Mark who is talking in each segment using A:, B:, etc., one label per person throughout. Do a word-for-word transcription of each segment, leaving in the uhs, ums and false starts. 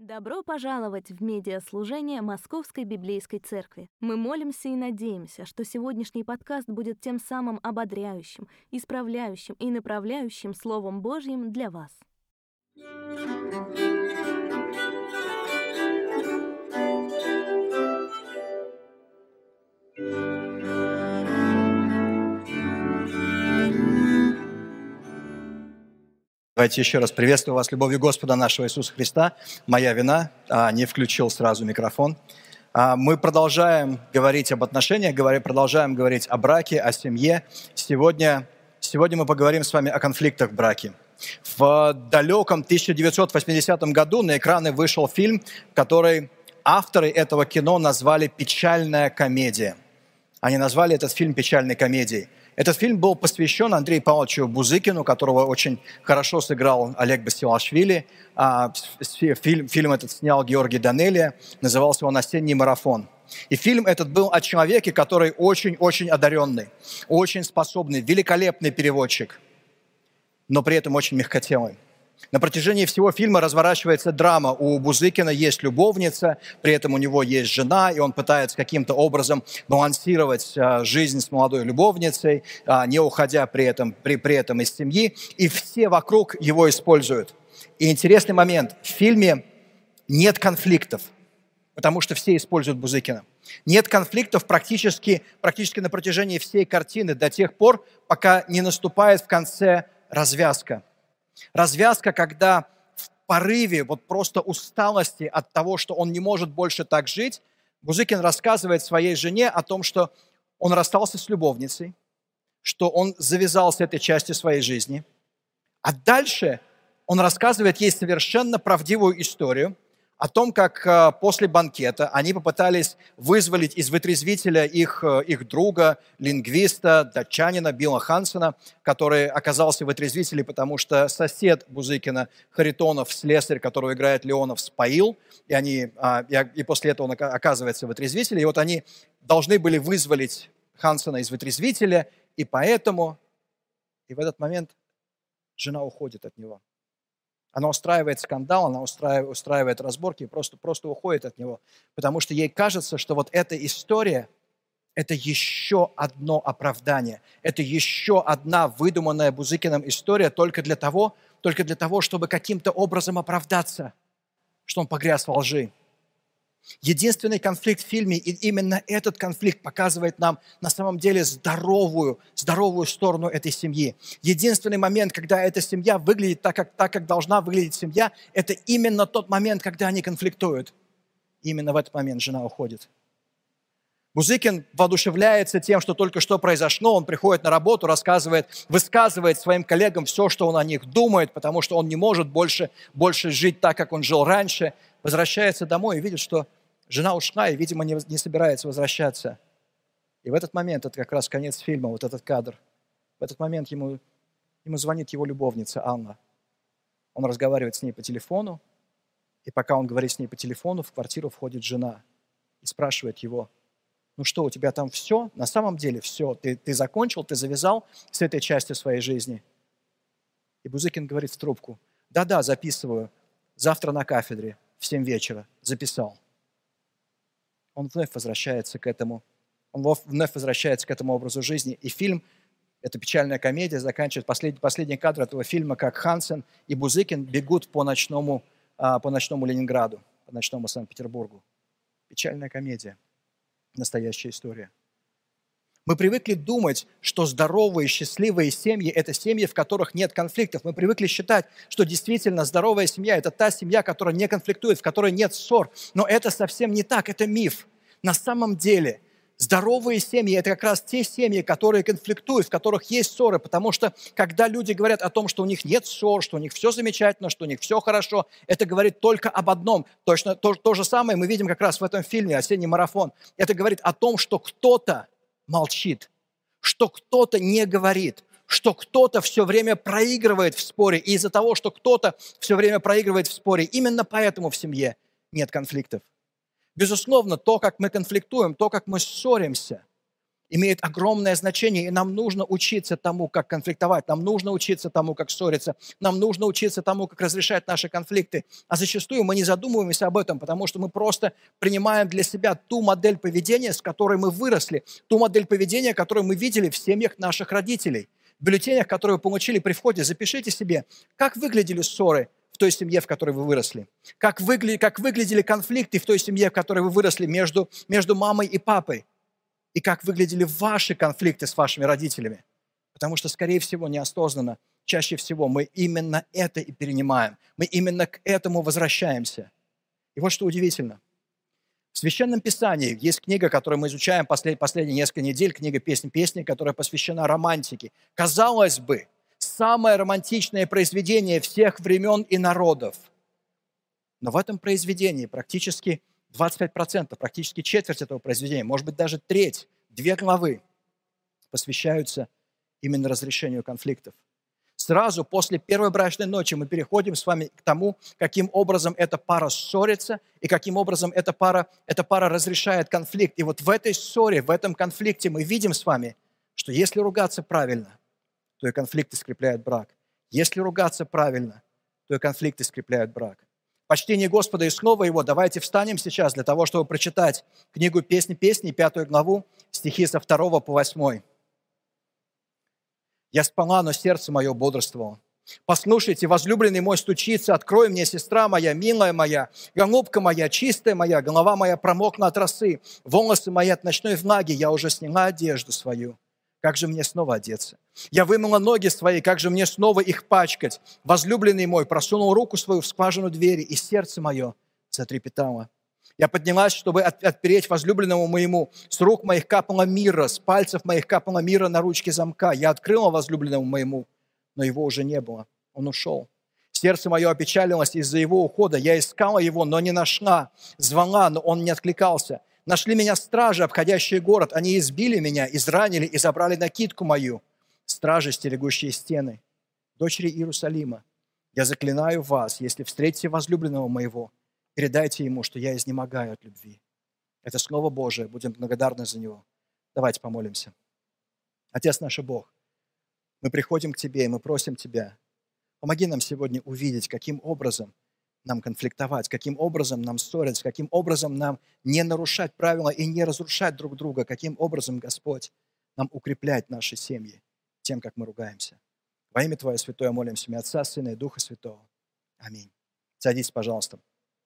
A: Добро пожаловать в медиаслужение Московской Библейской Церкви. Мы молимся и надеемся, что сегодняшний подкаст будет тем самым ободряющим, исправляющим и направляющим Словом Божьим для вас.
B: Давайте еще раз приветствую вас любовью Господа нашего Иисуса Христа. Моя вина, а, не включил сразу микрофон. А, мы продолжаем говорить об отношениях, говори, продолжаем говорить о браке, о семье. Сегодня, сегодня мы поговорим с вами о конфликтах в браке. В далеком тысяча девятьсот восьмидесятом году на экраны вышел фильм, который авторы этого кино назвали «Печальная комедия». Они назвали этот фильм «Печальной комедией». Этот фильм был посвящен Андрею Павловичу Бузыкину, которого очень хорошо сыграл Олег Басилашвили. Фильм, фильм этот снял Георгий Данелия, назывался он «Осенний марафон». И фильм этот был о человеке, который очень-очень одаренный, очень способный, великолепный переводчик, но при этом очень мягкотелый. На протяжении всего фильма разворачивается драма. У Бузыкина есть любовница, при этом у него есть жена, и он пытается каким-то образом балансировать а, жизнь с молодой любовницей, а, не уходя при этом, при, при этом из семьи. И все вокруг его используют. И интересный момент. В фильме нет конфликтов, потому что все используют Бузыкина. Нет конфликтов практически, практически на протяжении всей картины до тех пор, пока не наступает в конце развязка. Развязка, когда в порыве вот просто усталости от того, что он не может больше так жить, Бузыкин рассказывает своей жене о том, что он расстался с любовницей, что он завязал с этой частью своей жизни. А дальше он рассказывает ей совершенно правдивую историю о том, как э, после банкета они попытались вызволить из вытрезвителя их, э, их друга, лингвиста, датчанина Билла Хансена, который оказался в вытрезвителе, потому что сосед Бузыкина, Харитонов, слесарь, которого играет Леонов, споил, и, они, э, и, и после этого он оказывается в вытрезвителе. И вот они должны были вызволить Хансена из вытрезвителя, и поэтому, и в этот момент жена уходит от него. Она устраивает скандал, она устраивает, устраивает разборки и просто, просто уходит от него. Потому что ей кажется, что вот эта история – это еще одно оправдание. Это еще одна выдуманная Бузыкиным история только для того, только для того, чтобы каким-то образом оправдаться, что он погряз во лжи. Единственный конфликт в фильме, и именно этот конфликт показывает нам на самом деле здоровую, здоровую сторону этой семьи. Единственный момент, когда эта семья выглядит так, как, так, как должна выглядеть семья, это именно тот момент, когда они конфликтуют. И именно в этот момент жена уходит. Бузыкин воодушевляется тем, что только что произошло. Он приходит на работу, рассказывает, высказывает своим коллегам все, что он о них думает, потому что он не может больше, больше жить так, как он жил раньше. Возвращается домой и видит, что жена ушла и, видимо, не, не собирается возвращаться. И в этот момент, это как раз конец фильма, вот этот кадр, в этот момент ему, ему звонит его любовница Анна. Он разговаривает с ней по телефону, и пока он говорит с ней по телефону, в квартиру входит жена и спрашивает его: ну что, у тебя там все? На самом деле все. Ты, ты закончил, ты завязал с этой частью своей жизни? И Бузыкин говорит в трубку: да-да, записываю. Завтра на кафедре в семь вечера. Записал. Он вновь возвращается к этому. Он вновь возвращается к этому образу жизни. И фильм, эта печальная комедия, заканчивает последний, последний кадр этого фильма, как Хансен и Бузыкин бегут по ночному, по ночному Ленинграду, по ночному Санкт-Петербургу. Печальная комедия. Настоящая история. Мы привыкли думать, что здоровые, счастливые семьи – это семьи, в которых нет конфликтов. Мы привыкли считать, что действительно здоровая семья – это та семья, которая не конфликтует, в которой нет ссор. Но это совсем не так, это миф. На самом деле здоровые семьи – это как раз те семьи, которые конфликтуют, в которых есть ссоры. Потому что когда люди говорят о том, что у них нет ссор, что у них все замечательно, что у них все хорошо, это говорит только об одном. Точно то, то же самое мы видим как раз в этом фильме «Осенний марафон». Это говорит о том, что кто-то молчит, что кто-то не говорит, что кто-то все время проигрывает в споре. И из-за того, что кто-то все время проигрывает в споре, именно поэтому в семье нет конфликтов. Безусловно, то, как мы конфликтуем, то, как мы ссоримся, имеет огромное значение, и нам нужно учиться тому, как конфликтовать, нам нужно учиться тому, как ссориться, нам нужно учиться тому, как разрешать наши конфликты. А зачастую мы не задумываемся об этом, потому что мы просто принимаем для себя ту модель поведения, с которой мы выросли, ту модель поведения, которую мы видели в семьях наших родителей. В бюллетенях, которые вы получили при входе, запишите себе, как выглядели ссоры в той семье, в которой вы выросли, как, выгля... как выглядели конфликты в той семье, в которой вы выросли между, между мамой и папой, и как выглядели ваши конфликты с вашими родителями. Потому что, скорее всего, неосознанно, чаще всего мы именно это и перенимаем, мы именно к этому возвращаемся. И вот что удивительно. В Священном Писании есть книга, которую мы изучаем послед, последние несколько недель, книга «Песнь песни», которая посвящена романтике. Казалось бы, самое романтичное произведение всех времен и народов. Но в этом произведении практически двадцать пять процентов, практически четверть этого произведения, может быть, даже треть, две главы посвящаются именно разрешению конфликтов. Сразу после первой брачной ночи мы переходим с вами к тому, каким образом эта пара ссорится и каким образом эта пара, эта пара разрешает конфликт. И вот в этой ссоре, в этом конфликте мы видим с вами, что если ругаться правильно, то и конфликты скрепляют брак. Если ругаться правильно, то и конфликты скрепляют брак. Почтение Господа и снова Его. Давайте встанем сейчас для того, чтобы прочитать книгу «Песни песней», пятую главу, стихи со второго по восьмой. «Я спала, но сердце мое бодрствовало. Послушайте, возлюбленный мой стучится, открой мне, сестра моя, милая моя, голубка моя, чистая моя, голова моя промокла от росы, волосы мои от ночной влаги, я уже сняла одежду свою. Как же мне снова одеться? Я вымыла ноги свои, как же мне снова их пачкать? Возлюбленный мой просунул руку свою в скважину двери, и сердце мое затрепетало. Я поднялась, чтобы отпереть возлюбленному моему. С рук моих капало мира, с пальцев моих капало мира на ручке замка. Я открыла возлюбленному моему, но его уже не было. Он ушел. Сердце мое опечалилось из-за его ухода. Я искала его, но не нашла. Звала, но он не откликался. Нашли меня стражи, обходящие город. Они избили меня, изранили и забрали накидку мою. Стражи, стерегущие стены. Дочери Иерусалима, я заклинаю вас, если встретите возлюбленного моего, передайте ему, что я изнемогаю от любви. Это Слово Божие, будем благодарны за него. Давайте помолимся. Отец наш и Бог, мы приходим к Тебе, и мы просим Тебя, помоги нам сегодня увидеть, каким образом нам конфликтовать, каким образом нам ссориться, каким образом нам не нарушать правила и не разрушать друг друга, каким образом, Господь, нам укреплять наши семьи тем, как мы ругаемся. Во имя Твое Святое молимся, имя Отца, Сына и Духа Святого. Аминь. Садитесь, пожалуйста.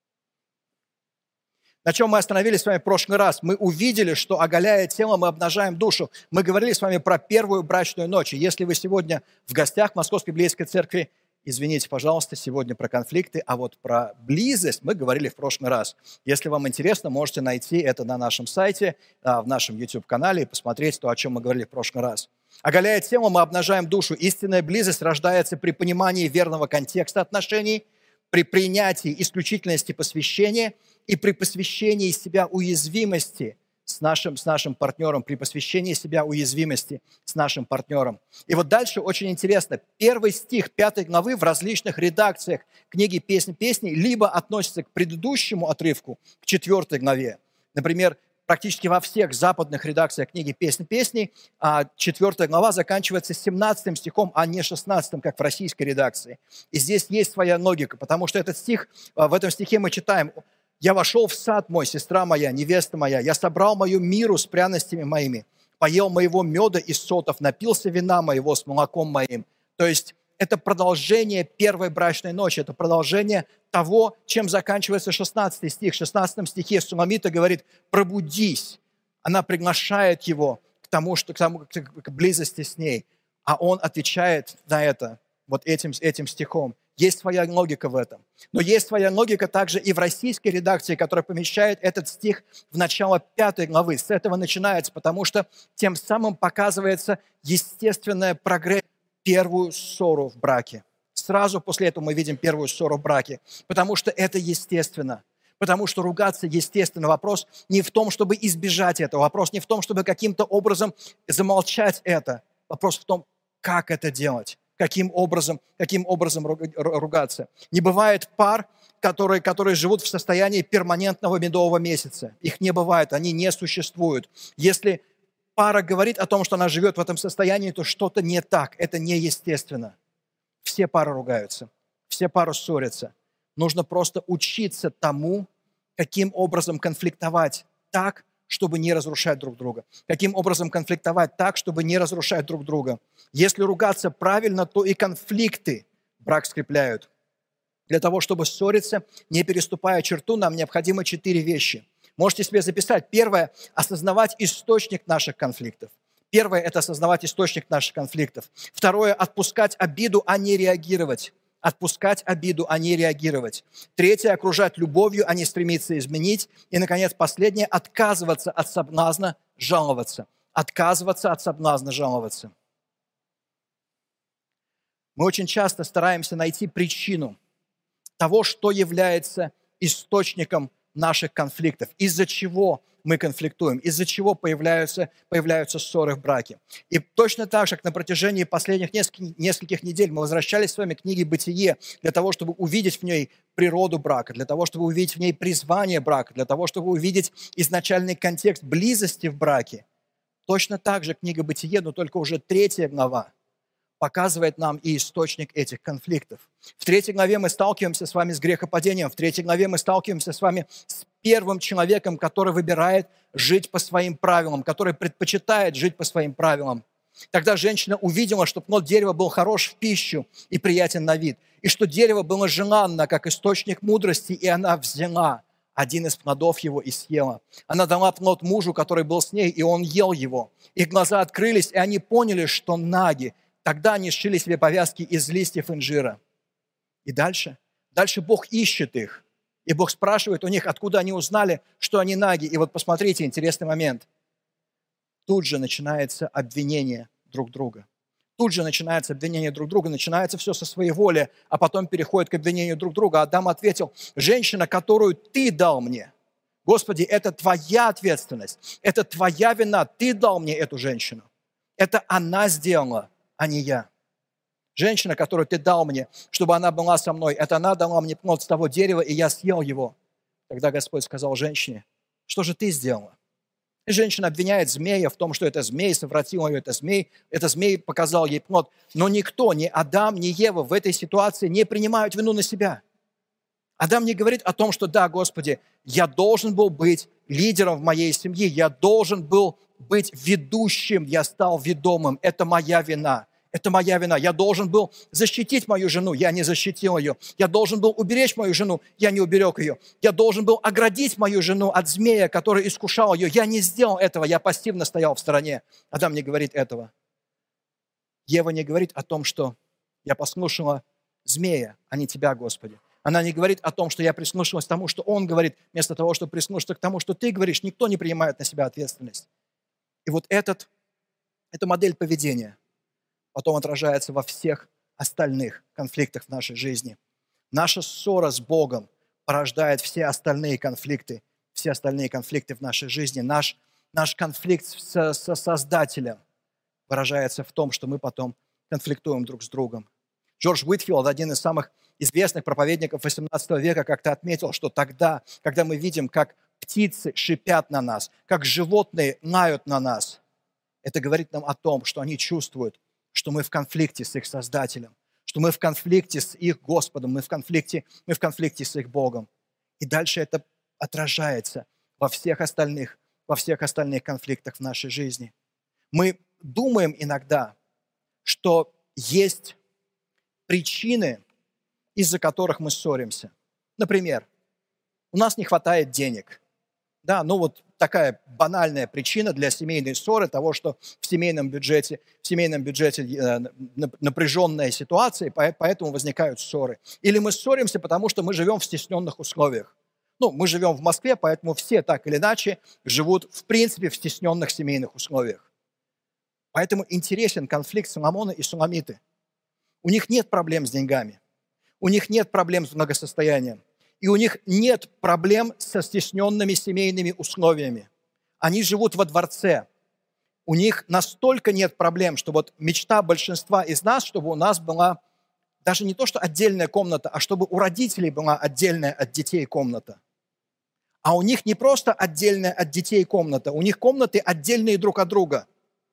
B: На чем мы остановились с вами в прошлый раз? Мы увидели, что, оголяя тело, мы обнажаем душу. Мы говорили с вами про первую брачную ночь. И если вы сегодня в гостях Московской Библейской Церкви, извините, пожалуйста, сегодня про конфликты, а вот про близость мы говорили в прошлый раз. Если вам интересно, можете найти это на нашем сайте, в нашем YouTube-канале и посмотреть то, о чем мы говорили в прошлый раз. Оголяя тело, мы обнажаем душу. Истинная близость рождается при понимании верного контекста отношений, при принятии исключительности посвящения и при посвящении себя уязвимости с нашим, с нашим партнером, при посвящении себя уязвимости с нашим партнером. И вот дальше очень интересно. Первый стих пятой главы в различных редакциях книги «Песнь песней» либо относится к предыдущему отрывку, к четвертой главе. Например, практически во всех западных редакциях книги «Песнь песней» а четвертая глава заканчивается семнадцатым стихом, а не шестнадцатым, как в российской редакции. И здесь есть своя логика, потому что этот стих, в этом стихе мы читаем: «Я вошел в сад мой, сестра моя, невеста моя, я собрал мою миру с пряностями моими, поел моего меда из сотов, напился вина моего с молоком моим». То есть это продолжение первой брачной ночи, это продолжение того, чем заканчивается шестнадцатый стих. В шестнадцатом стихе Суламита говорит: «Пробудись». Она приглашает его к тому, что, к, тому, к близости с ней. А он отвечает на это вот этим, этим стихом. Есть своя логика в этом. Но есть своя логика также и в российской редакции, которая помещает этот стих в начало пятой главы. С этого начинается, потому что тем самым показывается естественная прогрессия. Первую ссору в браке. Сразу после этого мы видим первую ссору в браке, потому что это естественно. Потому что ругаться естественно. Вопрос не в том, чтобы избежать этого. Вопрос не в том, чтобы каким-то образом замолчать это. Вопрос в том, как это делать. Каким образом, каким образом ругаться. Не бывает пар, которые, которые живут в состоянии перманентного медового месяца. Их не бывает, они не существуют. Если пара говорит о том, что она живет в этом состоянии, то что-то не так, это неестественно. Все пары ругаются, все пары ссорятся. Нужно просто учиться тому, каким образом конфликтовать так, чтобы не разрушать друг друга. Каким образом конфликтовать так, чтобы не разрушать друг друга. Если ругаться правильно, то и конфликты брак скрепляют. Для того, чтобы ссориться, не переступая черту, нам необходимо четыре вещи. Можете себе записать. Первое – осознавать источник наших конфликтов. Первое – это осознавать источник наших конфликтов. Второе – отпускать обиду, а не реагировать. Отпускать обиду, а не реагировать. Третье – окружать любовью, а не стремиться изменить. И, наконец, последнее – отказываться от соблазна жаловаться. Отказываться от соблазна жаловаться. Мы очень часто стараемся найти причину того, что является источником наших конфликтов, из-за чего мы конфликтуем, из-за чего появляются, появляются ссоры в браке. И точно так же, как на протяжении последних нескольких, нескольких недель мы возвращались с вами к книге «Бытие» для того, чтобы увидеть в ней природу брака, для того, чтобы увидеть в ней призвание брака, для того, чтобы увидеть изначальный контекст близости в браке. Точно так же книга «Бытие», но только уже третья глава, показывает нам и источник этих конфликтов. В третьей главе мы сталкиваемся с вами с грехопадением. В третьей главе мы сталкиваемся с вами с первым человеком, который выбирает жить по своим правилам, который предпочитает жить по своим правилам. Тогда женщина увидела, что плод дерева был хорош в пищу и приятен на вид, и что дерево было желанно, как источник мудрости, и она взяла один из плодов его и съела. Она дала плод мужу, который был с ней, и он ел его. Их глаза открылись, и они поняли, что наги. Тогда они сшили себе повязки из листьев инжира. И дальше? Дальше Бог ищет их. И Бог спрашивает у них, откуда они узнали, что они наги. И вот посмотрите, интересный момент. Тут же начинается обвинение друг друга. Тут же начинается обвинение друг друга, начинается все со своей воли, а потом переходит к обвинению друг друга. Адам ответил: женщина, которую ты дал мне, Господи, это твоя ответственность, это твоя вина, ты дал мне эту женщину. Это она сделала, а не я. Женщина, которую ты дал мне, чтобы она была со мной, это она дала мне плод с того дерева, и я съел его. Тогда Господь сказал женщине: что же ты сделала? И женщина обвиняет змея в том, что это змей совратил ее, это змей, это змей показал ей плод. Но никто, ни Адам, ни Ева в этой ситуации не принимают вину на себя. Адам не говорит о том, что да, Господи, я должен был быть лидером в моей семье, я должен был быть ведущим, я стал ведомым, это моя вина. Это моя вина. Я должен был защитить мою жену, я не защитил ее. Я должен был уберечь мою жену, я не уберег ее. Я должен был оградить мою жену от змея, который искушал ее. Я не сделал этого, я пассивно стоял в стороне. Адам не говорит этого. Ева не говорит о том, что я послушала змея, а не тебя, Господи. Она не говорит о том, что я прислушалась к тому, что он говорит, вместо того, чтобы прислушаться к тому, что ты говоришь. Никто не принимает на себя ответственность. И вот этот, эта модель поведения потом отражается во всех остальных конфликтах в нашей жизни. Наша ссора с Богом порождает все остальные конфликты, все остальные конфликты в нашей жизни. Наш, наш конфликт со, со Создателем выражается в том, что мы потом конфликтуем друг с другом. Джордж Уитфилд, один из самых известных проповедников восемнадцатого века, как-то отметил, что тогда, когда мы видим, как птицы шипят на нас, как животные лают на нас, это говорит нам о том, что они чувствуют, что мы в конфликте с их Создателем, что мы в конфликте с их Господом, мы в конфликте, мы в конфликте с их Богом. И дальше это отражается во всех остальных, во всех остальных конфликтах в нашей жизни. Мы думаем иногда, что есть причины, из-за которых мы ссоримся. Например, у нас не хватает денег. Да, ну вот такая банальная причина для семейной ссоры, того, что в семейном бюджете, в семейном бюджете напряженная ситуация, и поэтому возникают ссоры. Или мы ссоримся, потому что мы живем в стесненных условиях. Ну, мы живем в Москве, поэтому все так или иначе живут, в принципе, в стесненных семейных условиях. Поэтому интересен конфликт Соломона и Суламиты. У них нет проблем с деньгами, у них нет проблем с благосостоянием. И у них нет проблем со стесненными семейными условиями. Они живут во дворце. У них настолько нет проблем, что вот мечта большинства из нас, чтобы у нас была даже не то, что отдельная комната, а чтобы у родителей была отдельная от детей комната. А у них не просто отдельная от детей комната, у них комнаты отдельные друг от друга.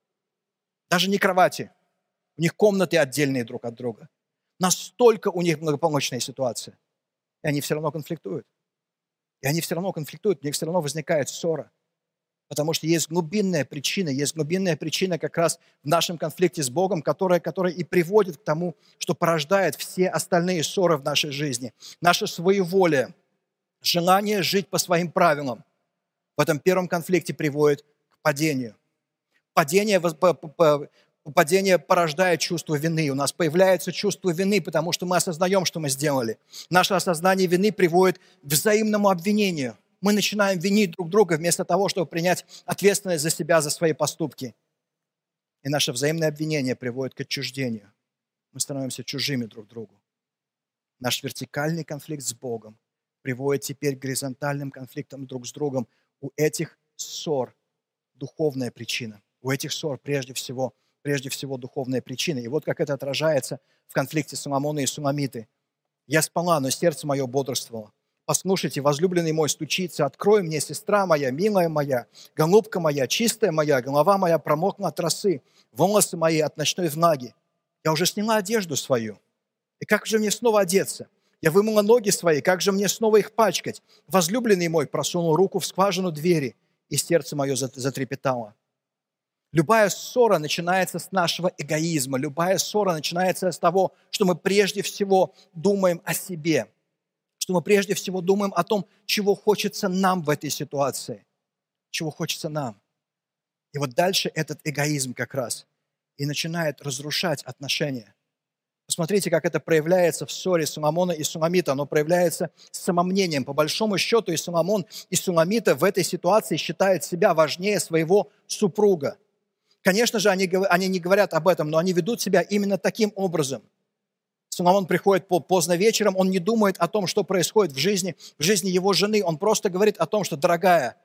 B: Даже не кровати. У них комнаты отдельные друг от друга. Настолько у них благополучная ситуация. И они все равно конфликтуют. И они все равно конфликтуют, у них все равно возникает ссора. Потому что есть глубинная причина, есть глубинная причина как раз в нашем конфликте с Богом, которая, которая и приводит к тому, что порождает все остальные ссоры в нашей жизни. Наше своеволие, желание жить по своим правилам в этом первом конфликте приводит к падению. Падение, падение порождает чувство вины. У нас появляется чувство вины, потому что мы осознаем, что мы сделали. Наше осознание вины приводит к взаимному обвинению. Мы начинаем винить друг друга вместо того, чтобы принять ответственность за себя, за свои поступки. И наше взаимное обвинение приводит к отчуждению. Мы становимся чужими друг другу. Наш вертикальный конфликт с Богом приводит теперь к горизонтальным конфликтам друг с другом. У этих ссор духовная причина. У этих ссор прежде всего, прежде всего духовная причина. И вот как это отражается в конфликте Соломона и Суламиты. «Я спала, но сердце мое бодрствовало. Послушайте, возлюбленный мой стучится, открой мне, сестра моя, милая моя, голубка моя, чистая моя, голова моя промокла от росы, волосы мои от ночной влаги. Я уже сняла одежду свою. И как же мне снова одеться? Я вымыла ноги свои, как же мне снова их пачкать? Возлюбленный мой просунул руку в скважину двери, и сердце мое затрепетало». Любая ссора начинается с нашего эгоизма. Любая ссора начинается с того, что мы прежде всего думаем о себе. Что мы прежде всего думаем о том, чего хочется нам в этой ситуации. Чего хочется нам. И вот дальше этот эгоизм как раз и начинает разрушать отношения. Посмотрите, как это проявляется в ссоре Соломона и Суламита. Оно проявляется с самомнением. По большому счету и Соломон, и Суламита в этой ситуации считают себя важнее своего супруга. Конечно же, они, они не говорят об этом, но они ведут себя именно таким образом. Соломон приходит поздно вечером, он не думает о том, что происходит в жизни, в жизни его жены. Он просто говорит о том, что, дорогая,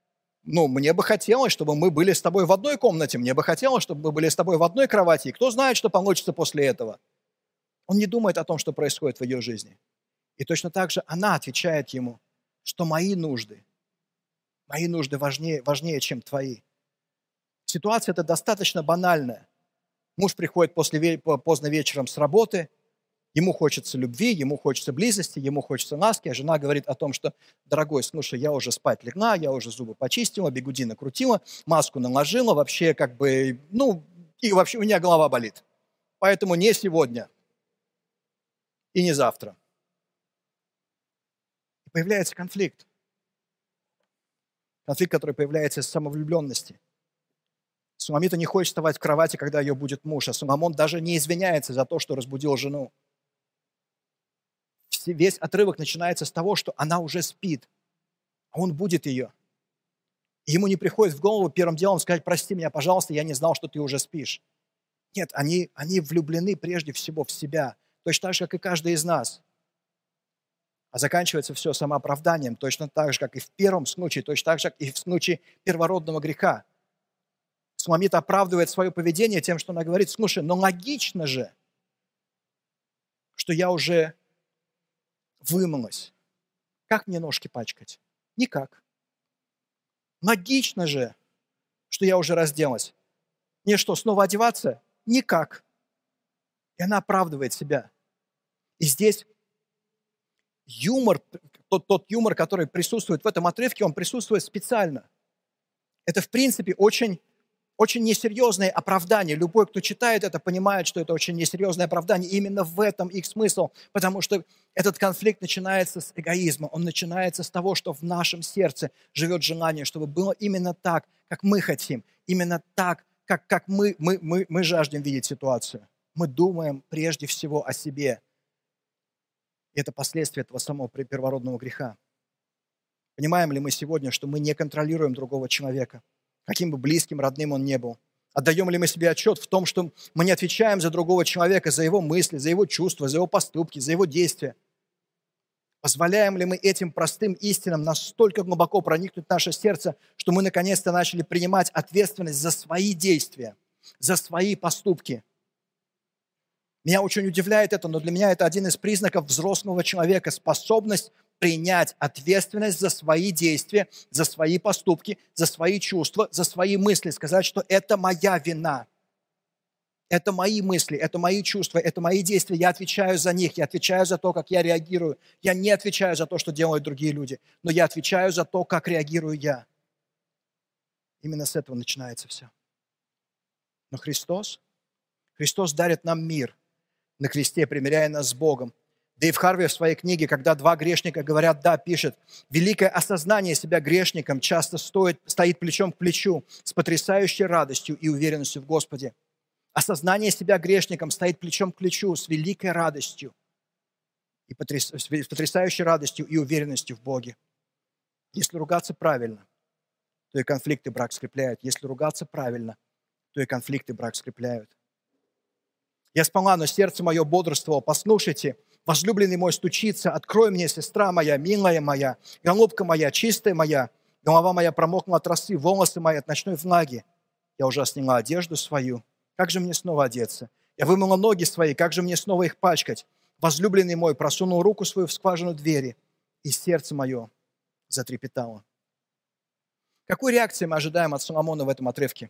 B: ну, мне бы хотелось, чтобы мы были с тобой в одной комнате, мне бы хотелось, чтобы мы были с тобой в одной кровати. И кто знает, что получится после этого. Он не думает о том, что происходит в ее жизни. И точно так же она отвечает ему, что мои нужды, мои нужды важнее, важнее, чем твои. Ситуация эта достаточно банальная. Муж приходит после, поздно вечером с работы, ему хочется любви, ему хочется близости, ему хочется ласки, а жена говорит о том, что, дорогой, слушай, я уже спать легла, я уже зубы почистила, бигуди накрутила, маску наложила, вообще как бы, ну, и вообще у меня голова болит. Поэтому не сегодня и не завтра. И появляется конфликт. Конфликт, который появляется из самовлюбленности. Суламита не хочет вставать в кровати, когда ее будет муж, а Соломон даже не извиняется за то, что разбудил жену. Весь отрывок начинается с того, что она уже спит, а он будет ее. И ему не приходит в голову первым делом сказать: прости меня, пожалуйста, я не знал, что ты уже спишь. Нет, они, они влюблены прежде всего в себя, точно так же, как и каждый из нас. А заканчивается все самооправданием, точно так же, как и в первом случае, точно так же, как и в случае первородного греха. Суламита оправдывает свое поведение тем, что она говорит: слушай, ну логично же, что я уже вымылась. Как мне ножки пачкать? Никак. Логично же, что я уже разделась. Мне что, снова одеваться? Никак. И она оправдывает себя. И здесь юмор, тот, тот юмор, который присутствует в этом отрывке, он присутствует специально. Это, в принципе, очень, очень несерьезное оправдание. Любой, кто читает это, понимает, что это очень несерьезное оправдание. И именно в этом их смысл, потому что этот конфликт начинается с эгоизма. Он начинается с того, что в нашем сердце живет желание, чтобы было именно так, как мы хотим, именно так, как, как мы, мы, мы, мы жаждем видеть ситуацию. Мы думаем прежде всего о себе. И это последствия этого самого первородного греха. Понимаем ли мы сегодня, что мы не контролируем другого человека, каким бы близким, родным он ни был? Отдаем ли мы себе отчет в том, что мы не отвечаем за другого человека, за его мысли, за его чувства, за его поступки, за его действия? Позволяем ли мы этим простым истинам настолько глубоко проникнуть в наше сердце, что мы наконец-то начали принимать ответственность за свои действия, за свои поступки? Меня очень удивляет это, но для меня это один из признаков взрослого человека, способность принять ответственность за свои действия, за свои поступки, за свои чувства, за свои мысли, сказать, что это моя вина. Это мои мысли, это мои чувства, это мои действия. Я отвечаю за них, я отвечаю за то, как я реагирую. Я не отвечаю за то, что делают другие люди, но я отвечаю за то, как реагирую я. Именно с этого начинается все. Но Христос, Христос дарит нам мир на кресте, примиряя нас с Богом. Дэйв Харви в своей книге «Когда два грешника говорят «да», пишет: «Великое осознание себя грешником часто стоит, стоит плечом к плечу с потрясающей радостью и уверенностью в Господе. Осознание себя грешником стоит плечом к плечу с великой радостью и потряс, с потрясающей радостью и уверенностью в Боге. Если ругаться правильно, то и конфликты брак скрепляют. Если ругаться правильно, то и конфликты брак скрепляют. Я спала, но сердце мое бодрствовало. Послушайте, возлюбленный мой стучится. Открой мне, сестра моя, милая моя, голубка моя, чистая моя. Голова моя промокла от росы, волосы мои от ночной влаги. Я уже сняла одежду свою. Как же мне снова одеться? Я вымыла ноги свои, как же мне снова их пачкать? Возлюбленный мой просунул руку свою в скважину двери, и сердце мое затрепетало». Какой реакции мы ожидаем от Соломона в этом отрывке?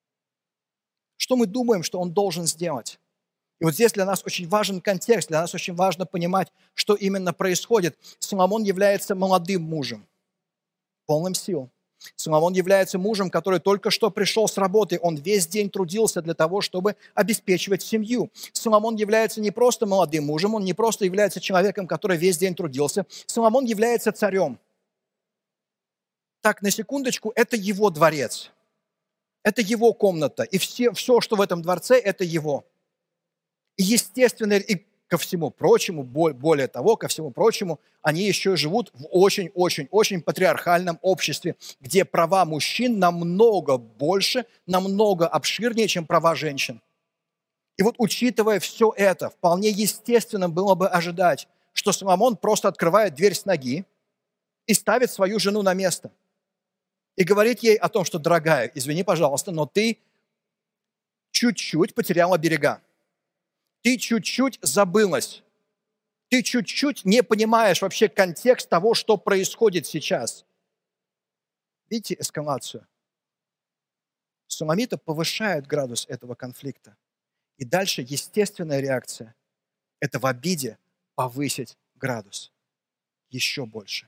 B: Что мы думаем, что он должен сделать? И вот здесь для нас очень важен контекст, для нас очень важно понимать, что именно происходит. Соломон является молодым мужем, полным сил. Соломон является мужем, который только что пришел с работы. Он весь день трудился для того, чтобы обеспечивать семью. Соломон является не просто молодым мужем, он не просто является человеком, который весь день трудился. Соломон является царем. Так, на секундочку, это его дворец. Это его комната. И все, все, что в этом дворце, это его. И естественно, и ко всему прочему, более того, ко всему прочему, они еще живут в очень-очень-очень патриархальном обществе, где права мужчин намного больше, намного обширнее, чем права женщин. И вот, учитывая все это, вполне естественно было бы ожидать, что Соломон просто открывает дверь с ноги и ставит свою жену на место. И говорит ей о том, что, дорогая, извини, пожалуйста, но ты чуть-чуть потеряла берега. Ты чуть-чуть забылась. Ты чуть-чуть не понимаешь вообще контекст того, что происходит сейчас. Видите эскалацию? Суламиты повышают градус этого конфликта. И дальше естественная реакция – это в обиде повысить градус еще больше.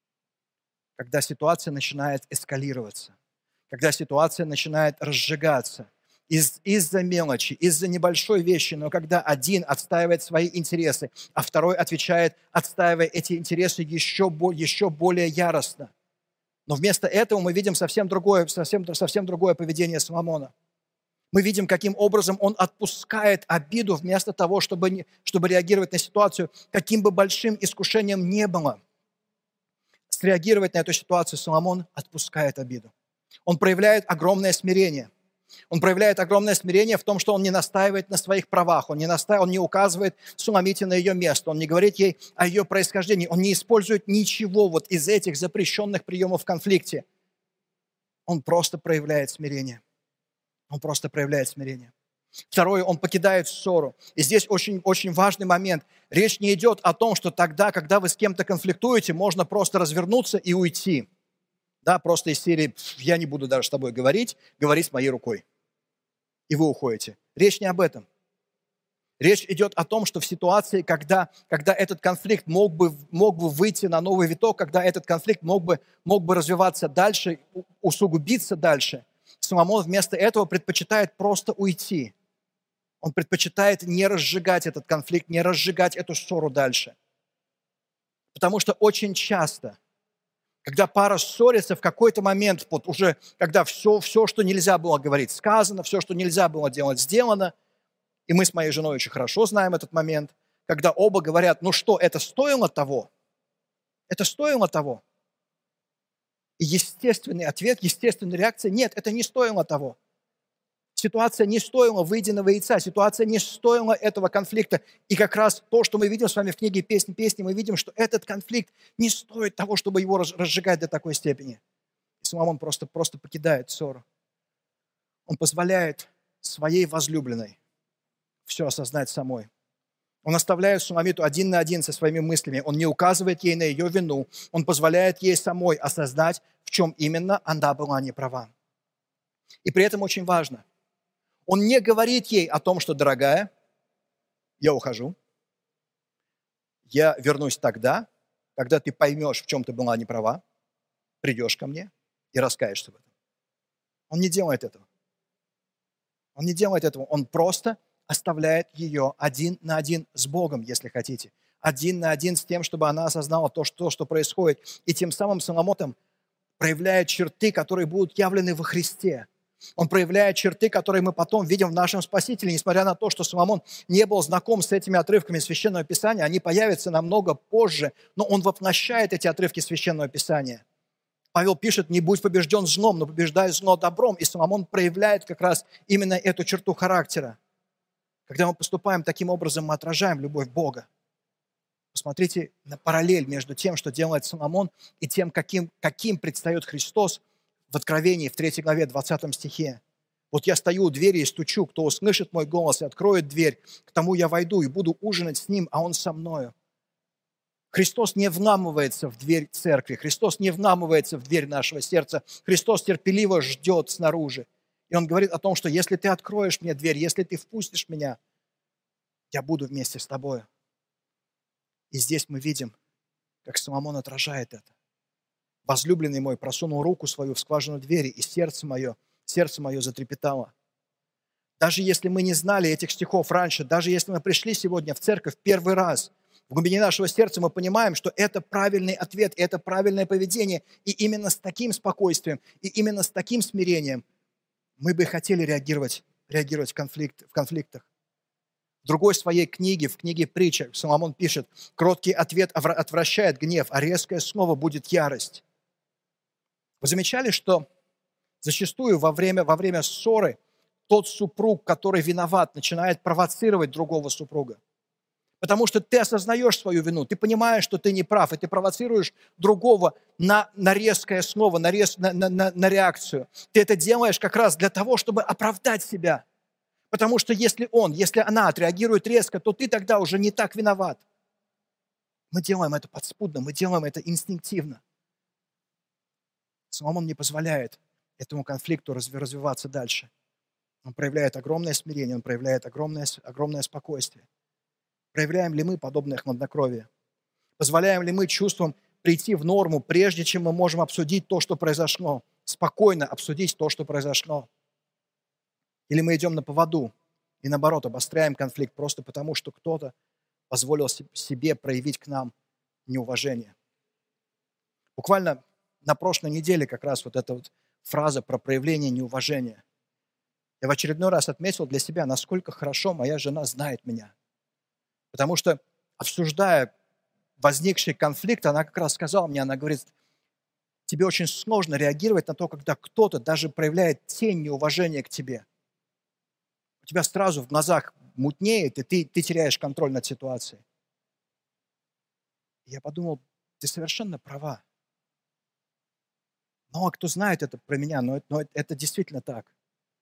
B: Когда ситуация начинает эскалироваться, когда ситуация начинает разжигаться из, из-за мелочи, из-за небольшой вещи, но когда один отстаивает свои интересы, а второй отвечает, отстаивая эти интересы еще, еще более яростно. Но вместо этого мы видим совсем другое, совсем, совсем другое поведение Соломона. Мы видим, каким образом он отпускает обиду вместо того, чтобы, чтобы реагировать на ситуацию, каким бы большим искушением не было. Среагировать на эту ситуацию Соломон отпускает обиду. Он проявляет огромное смирение. Он проявляет огромное смирение в том, что он не настаивает на своих правах, он не, настаивает, он не указывает Суламите на ее место, он не говорит ей о ее происхождении, он не использует ничего вот из этих запрещенных приемов в конфликте. Он просто проявляет смирение. Он просто проявляет смирение. Второе, он покидает ссору. И здесь очень, очень важный момент. Речь не идет о том, что тогда, когда вы с кем-то конфликтуете, можно просто развернуться и уйти. Да, просто из серии «я не буду даже с тобой говорить, говори с моей рукой». И вы уходите. Речь не об этом. Речь идет о том, что в ситуации, когда, когда этот конфликт мог бы, мог бы выйти на новый виток, когда этот конфликт мог бы, мог бы развиваться дальше, усугубиться дальше, Соломон вместо этого предпочитает просто уйти. Он предпочитает не разжигать этот конфликт, не разжигать эту ссору дальше. Потому что очень часто, когда пара ссорится, в какой-то момент, вот уже, когда все, все, что нельзя было говорить, сказано, все, что нельзя было делать, сделано, и мы с моей женой очень хорошо знаем этот момент, когда оба говорят, ну что, это стоило того? Это стоило того? И естественный ответ, естественная реакция – нет, это не стоило того. Ситуация не стоила выеденного яйца, ситуация не стоила этого конфликта. И как раз то, что мы видим с вами в книге «Песни песни», мы видим, что этот конфликт не стоит того, чтобы его разжигать до такой степени. И Соломон просто, просто покидает ссору. Он позволяет своей возлюбленной все осознать самой. Он оставляет Суламиту один на один со своими мыслями. Он не указывает ей на ее вину. Он позволяет ей самой осознать, в чем именно она была не права. И при этом очень важно, он не говорит ей о том, что, дорогая, я ухожу, я вернусь тогда, когда ты поймешь, в чем ты была не права, придешь ко мне и раскаешься в этом. Он не делает этого. Он не делает этого. Он просто оставляет ее один на один с Богом, если хотите. Один на один с тем, чтобы она осознала то, что, что происходит. И тем самым Соломон проявляет черты, которые будут явлены во Христе. Он проявляет черты, которые мы потом видим в нашем Спасителе. Несмотря на то, что Соломон не был знаком с этими отрывками Священного Писания, они появятся намного позже, но он воплощает эти отрывки Священного Писания. Павел пишет: «Не будь побежден злом, но побеждай зло добром». И Соломон проявляет как раз именно эту черту характера. Когда мы поступаем таким образом, мы отражаем любовь Бога. Посмотрите на параллель между тем, что делает Соломон, и тем, каким, каким предстает Христос в Откровении, в третьей главе, двадцатом стихе. «Вот я стою у двери и стучу, кто услышит мой голос и откроет дверь, к тому я войду и буду ужинать с ним, а он со мною». Христос не вламывается в дверь церкви, Христос не вламывается в дверь нашего сердца, Христос терпеливо ждет снаружи. И Он говорит о том, что если ты откроешь мне дверь, если ты впустишь меня, я буду вместе с тобой. И здесь мы видим, как Соломон отражает это. «Возлюбленный мой просунул руку свою в скважину двери, и сердце мое, сердце мое затрепетало». Даже если мы не знали этих стихов раньше, даже если мы пришли сегодня в церковь первый раз, в глубине нашего сердца мы понимаем, что это правильный ответ, это правильное поведение, и именно с таким спокойствием, и именно с таким смирением мы бы хотели реагировать, реагировать в, конфликт, в конфликтах. В другой своей книге, в книге «Притча», Соломон пишет: «Кроткий ответ отвращает гнев, а резкое слово будет ярость». Вы замечали, что зачастую во время, во время ссоры тот супруг, который виноват, начинает провоцировать другого супруга? Потому что ты осознаешь свою вину, ты понимаешь, что ты не прав, и ты провоцируешь другого на, на резкое слово, на, рез, на, на, на, на реакцию. Ты это делаешь как раз для того, чтобы оправдать себя. Потому что если он, если она отреагирует резко, то ты тогда уже не так виноват. Мы делаем это подспудно, мы делаем это инстинктивно. Соломон не позволяет этому конфликту развиваться дальше. Он проявляет огромное смирение, он проявляет огромное, огромное спокойствие. Проявляем ли мы подобное хладнокровие? Позволяем ли мы чувствам прийти в норму, прежде чем мы можем обсудить то, что произошло? Спокойно обсудить то, что произошло. Или мы идем на поводу и, наоборот, обостряем конфликт просто потому, что кто-то позволил себе проявить к нам неуважение. Буквально на прошлой неделе как раз вот эта вот фраза про проявление неуважения. Я в очередной раз отметил для себя, насколько хорошо моя жена знает меня. Потому что, обсуждая возникший конфликт, она как раз сказала мне, она говорит: тебе очень сложно реагировать на то, когда кто-то даже проявляет тень неуважения к тебе. У тебя сразу в глазах мутнеет, и ты, ты теряешь контроль над ситуацией. И я подумал, ты совершенно права. Мало кто знает это про меня, но, но это, это действительно так.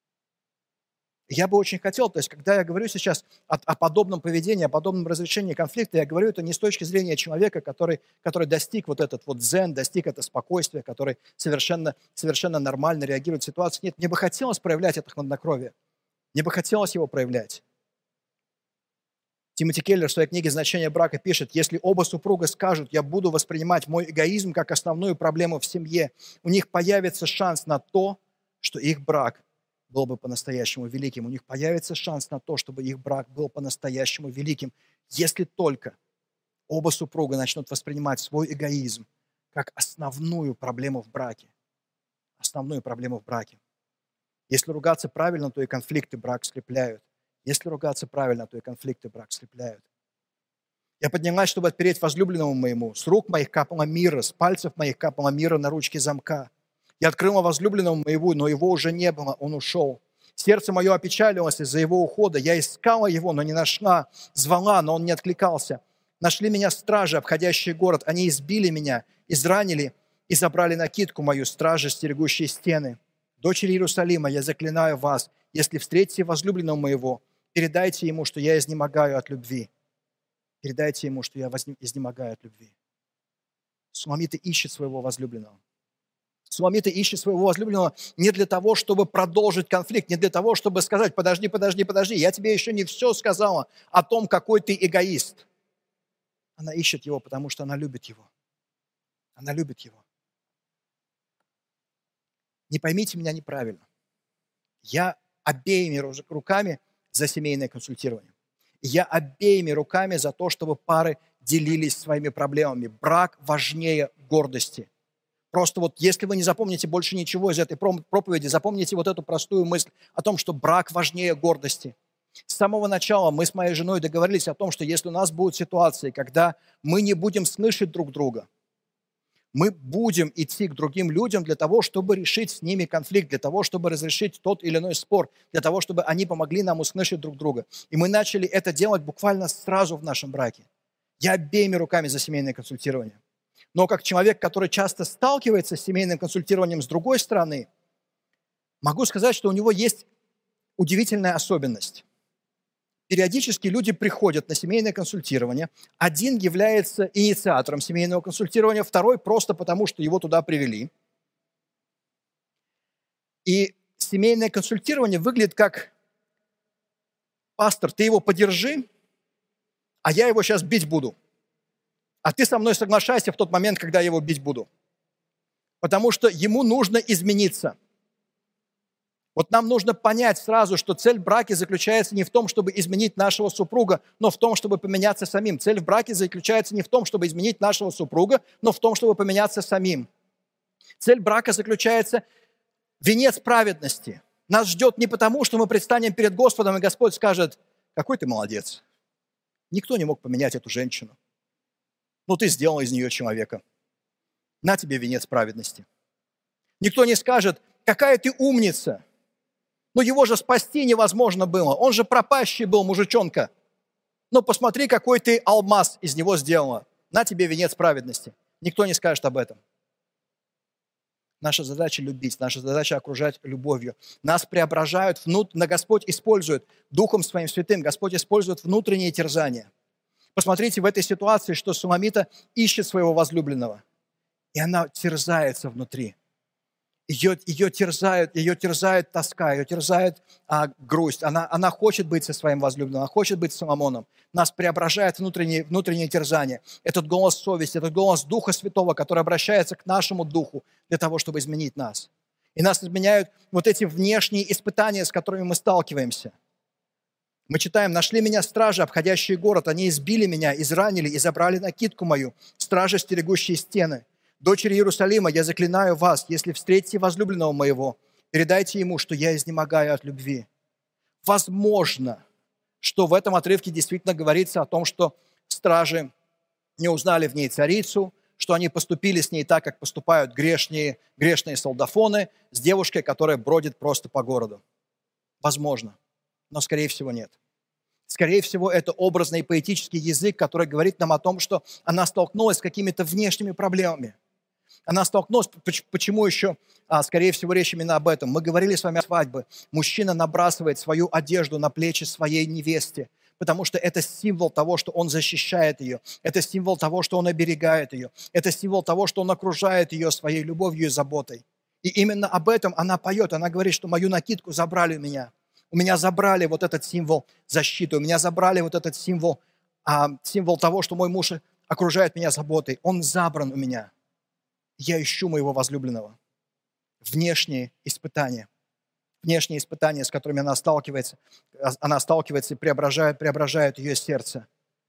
B: Я бы очень хотел, то есть, когда я говорю сейчас о, о подобном поведении, о подобном разрешении конфликта, я говорю это не с точки зрения человека, который, который достиг вот этот вот дзен, достиг это спокойствия, который совершенно, совершенно нормально реагирует в ситуации. Нет, мне бы хотелось проявлять это хладнокровие. Мне бы хотелось его проявлять. Тимоти Келлер в своей книге «Значение брака» пишет: если оба супруга скажут: я буду воспринимать мой эгоизм как основную проблему в семье, у них появится шанс на то, что их брак был бы по-настоящему великим. У них появится шанс на то, чтобы их брак был по-настоящему великим, если только оба супруга начнут воспринимать свой эгоизм как основную проблему в браке. Основную проблему в браке. Если ругаться правильно, то и конфликты брак скрепляют. Если ругаться правильно, то и конфликты брак скрепляют. Я поднялась, чтобы отпереть возлюбленному моему. С рук моих капало мира, с пальцев моих капало мира на ручке замка. Я открыла возлюбленному моему, но его уже не было, он ушел. Сердце мое опечалилось из-за его ухода. Я искала его, но не нашла. Звала, но он не откликался. Нашли меня стражи, обходящие город. Они избили меня, изранили и забрали накидку мою, стражи, стерегущие стены. Дочери Иерусалима, я заклинаю вас, если встретите возлюбленного моего, передайте ему, что я изнемогаю от любви. Передайте ему, что я возне- изнемогаю от любви. Суламита ищет своего возлюбленного. Суламита ищет своего возлюбленного не для того, чтобы продолжить конфликт, не для того, чтобы сказать: подожди, подожди, подожди, я тебе еще не все сказала о том, какой ты эгоист. Она ищет его, потому что она любит его. Она любит его. Не поймите меня неправильно. Я обеими ру- руками за семейное консультирование. Я обеими руками за то, чтобы пары делились своими проблемами. Брак важнее гордости. Просто вот если вы не запомните больше ничего из этой пром- проповеди, запомните вот эту простую мысль о том, что брак важнее гордости. С самого начала мы с моей женой договорились о том, что если у нас будут ситуации, когда мы не будем слышать друг друга, мы будем идти к другим людям для того, чтобы решить с ними конфликт, для того, чтобы разрешить тот или иной спор, для того, чтобы они помогли нам услышать друг друга. И мы начали это делать буквально сразу в нашем браке. Я обеими руками за семейное консультирование. Но как человек, который часто сталкивается с семейным консультированием с другой стороны, могу сказать, что у него есть удивительная особенность. Периодически люди приходят на семейное консультирование. Один является инициатором семейного консультирования, второй просто потому, что его туда привели. И семейное консультирование выглядит как: пастор, ты его подержи, а я его сейчас бить буду. А ты со мной соглашайся в тот момент, когда я его бить буду. Потому что ему нужно измениться. Вот нам нужно понять сразу, что цель в браке заключается не в том, чтобы изменить нашего супруга, но в том, чтобы поменяться самим. Цель в браке заключается не в том, чтобы изменить нашего супруга, но в том, чтобы поменяться самим. Цель брака заключается в венец праведности. Нас ждет не потому, что мы предстанем перед Господом, и Господь скажет: какой ты молодец. Никто не мог поменять эту женщину. Ну, ты сделал из нее человека. На тебе венец праведности. Никто не скажет: какая ты умница. Ну, его же спасти невозможно было. Он же пропащий был, мужичонка. Но посмотри, какой ты алмаз из него сделала. На тебе венец праведности. Никто не скажет об этом. Наша задача любить, наша задача окружать любовью. Нас преображают внутрь, Господь использует Духом Своим Святым, Господь использует внутренние терзания. Посмотрите в этой ситуации, что Суламита ищет своего возлюбленного. И она терзается внутри. Ее, ее терзает, ее терзает тоска, ее терзает а, грусть. Она, она хочет быть со своим возлюбленным, она хочет быть с Соломоном. Нас преображает внутреннее, внутреннее терзание. Этот голос совести, этот голос Духа Святого, который обращается к нашему духу для того, чтобы изменить нас. И нас изменяют вот эти внешние испытания, с которыми мы сталкиваемся. Мы читаем: «Нашли меня стражи, обходящие город, они избили меня, изранили и забрали накидку мою, стражи, стерегущие стены. Дочери Иерусалима, я заклинаю вас, если встретите возлюбленного моего, передайте ему, что я изнемогаю от любви». Возможно, что в этом отрывке действительно говорится о том, что стражи не узнали в ней царицу, что они поступили с ней так, как поступают грешные, грешные солдафоны с девушкой, которая бродит просто по городу. Возможно, но скорее всего нет. Скорее всего, это образный и поэтический язык, который говорит нам о том, что она столкнулась с какими-то внешними проблемами. Она столкнулась, почему еще, а, скорее всего, речь именно об этом. Мы говорили с вами о свадьбе. Мужчина набрасывает свою одежду на плечи своей невесте, потому что это символ того, что он защищает ее. Это символ того, что он оберегает ее. Это символ того, что он окружает ее своей любовью и заботой. И именно об этом она поет. Она говорит, что мою накидку забрали у меня. У меня забрали вот этот символ защиты. У меня забрали вот этот символ, а, символ того, что мой муж окружает меня заботой. Он забран у меня. Я ищу моего возлюбленного. Внешние испытания. Внешние испытания, с которыми она сталкивается, она сталкивается и преображает, преображает ее сердце.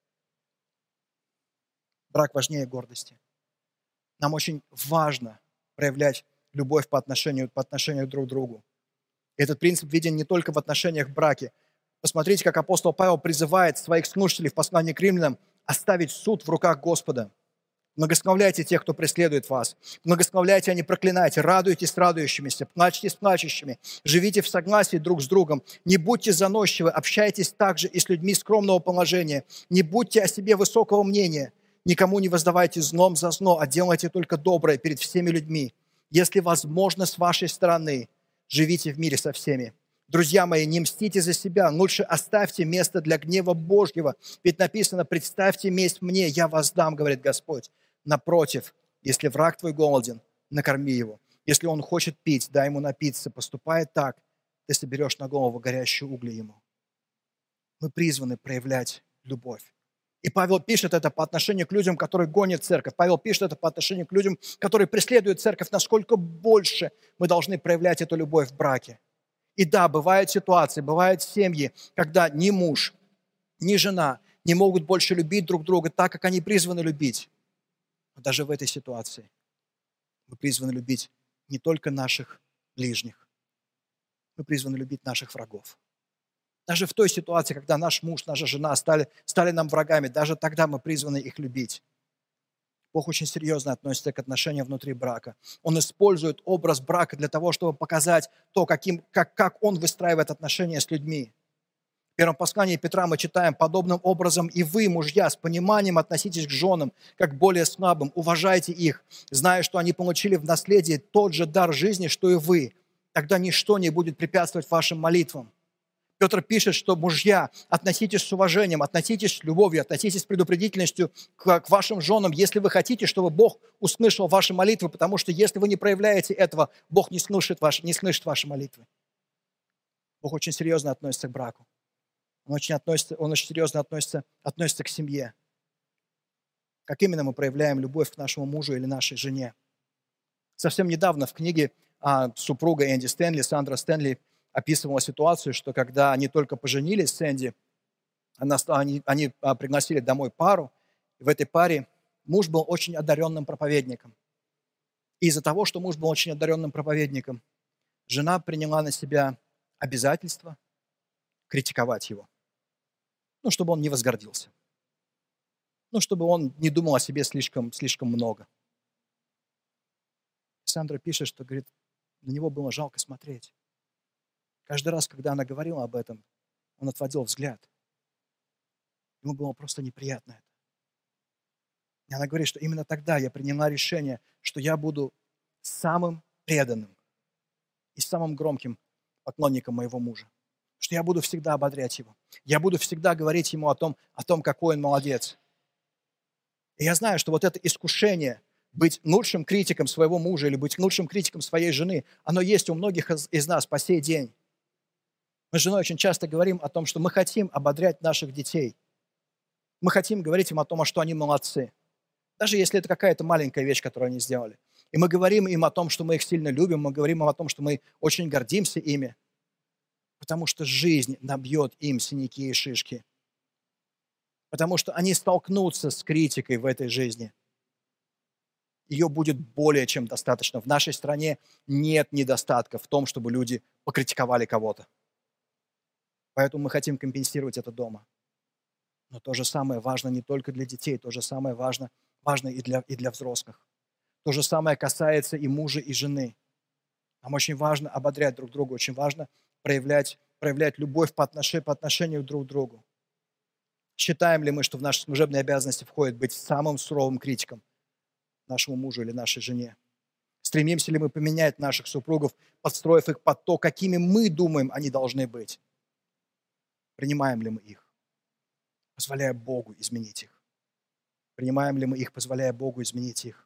B: Брак важнее гордости. Нам очень важно проявлять любовь по отношению, по отношению друг к другу. И этот принцип виден не только в отношениях в браке. Посмотрите, как апостол Павел призывает своих слушателей в послании к римлянам оставить суд в руках Господа. Благословляйте тех, кто преследует вас. Благословляйте, а не проклинайте. Радуйтесь с радующимися, плачьте с плачущими. Живите в согласии друг с другом. Не будьте заносчивы, общайтесь также и с людьми скромного положения. Не будьте о себе высокого мнения. Никому не воздавайте злом за зло, а делайте только доброе перед всеми людьми. Если возможно с вашей стороны, живите в мире со всеми. Друзья мои, не мстите за себя, лучше оставьте место для гнева Божьего. Ведь написано: представьте месть мне, я воздам, говорит Господь. Напротив, если враг твой голоден, накорми его. Если он хочет пить, дай ему напиться. Поступая так, ты соберешь на голову горящие угли ему. Мы призваны проявлять любовь. И Павел пишет это по отношению к людям, которые гонят церковь. Павел пишет это по отношению к людям, которые преследуют церковь. Насколько больше мы должны проявлять эту любовь в браке. И да, бывают ситуации, бывают семьи, когда ни муж, ни жена не могут больше любить друг друга так, как они призваны любить. Но даже в этой ситуации мы призваны любить не только наших ближних, мы призваны любить наших врагов. Даже в той ситуации, когда наш муж, наша жена стали, стали нам врагами, даже тогда мы призваны их любить. Бог очень серьезно относится к отношениям внутри брака. Он использует образ брака для того, чтобы показать то, каким, как, как Он выстраивает отношения с людьми. В первом послании Петра мы читаем: подобным образом и вы, мужья, с пониманием относитесь к женам, как к более слабым, уважайте их, зная, что они получили в наследие тот же дар жизни, что и вы. Тогда ничто не будет препятствовать вашим молитвам. Петр пишет, что мужья, относитесь с уважением, относитесь с любовью, относитесь с предупредительностью к, к вашим женам, если вы хотите, чтобы Бог услышал ваши молитвы, потому что если вы не проявляете этого, Бог не слышит ваши, не слышит ваши молитвы. Бог очень серьезно относится к браку. Он очень, относится, он очень серьезно относится, относится к семье. Как именно мы проявляем любовь к нашему мужу или нашей жене? Совсем недавно в книге а, супруга Энди Стэнли, Сандра Стэнли, описывала ситуацию, что когда они только поженились с Энди, она, они, они пригласили домой пару, и в этой паре муж был очень одаренным проповедником. И из-за того, что муж был очень одаренным проповедником, жена приняла на себя обязательство критиковать его. Ну, чтобы он не возгордился. Ну, чтобы он не думал о себе слишком, слишком много. Сандра пишет, что, говорит, на него было жалко смотреть. Каждый раз, когда она говорила об этом, он отводил взгляд. Ему было просто неприятно это. И она говорит, что именно тогда я приняла решение, что я буду самым преданным и самым громким поклонником моего мужа. Что я буду всегда ободрять его. Я буду всегда говорить ему о том, о том, какой он молодец. И я знаю, что вот это искушение быть лучшим критиком своего мужа или быть лучшим критиком своей жены, оно есть у многих из, из нас по сей день. Мы с женой очень часто говорим о том, что мы хотим ободрять наших детей. Мы хотим говорить им о том, что они молодцы. Даже если это какая-то маленькая вещь, которую они сделали. И мы говорим им о том, что мы их сильно любим, мы говорим им о том, что мы очень гордимся ими. Потому что жизнь набьет им синяки и шишки. Потому что они столкнутся с критикой в этой жизни. Ее будет более чем достаточно. В нашей стране нет недостатка в том, чтобы люди покритиковали кого-то. Поэтому мы хотим компенсировать это дома. Но то же самое важно не только для детей, то же самое важно, важно и, для, и для взрослых. То же самое касается и мужа, и жены. Нам очень важно ободрять друг друга, очень важно проявлять, проявлять любовь по отношению, по отношению друг к другу. Считаем ли мы, что в наши служебные обязанности входит быть самым суровым критиком нашему мужу или нашей жене? Стремимся ли мы поменять наших супругов, подстроив их под то, какими мы думаем, они должны быть? Принимаем ли мы их, позволяя Богу изменить их? Принимаем ли мы их, позволяя Богу изменить их?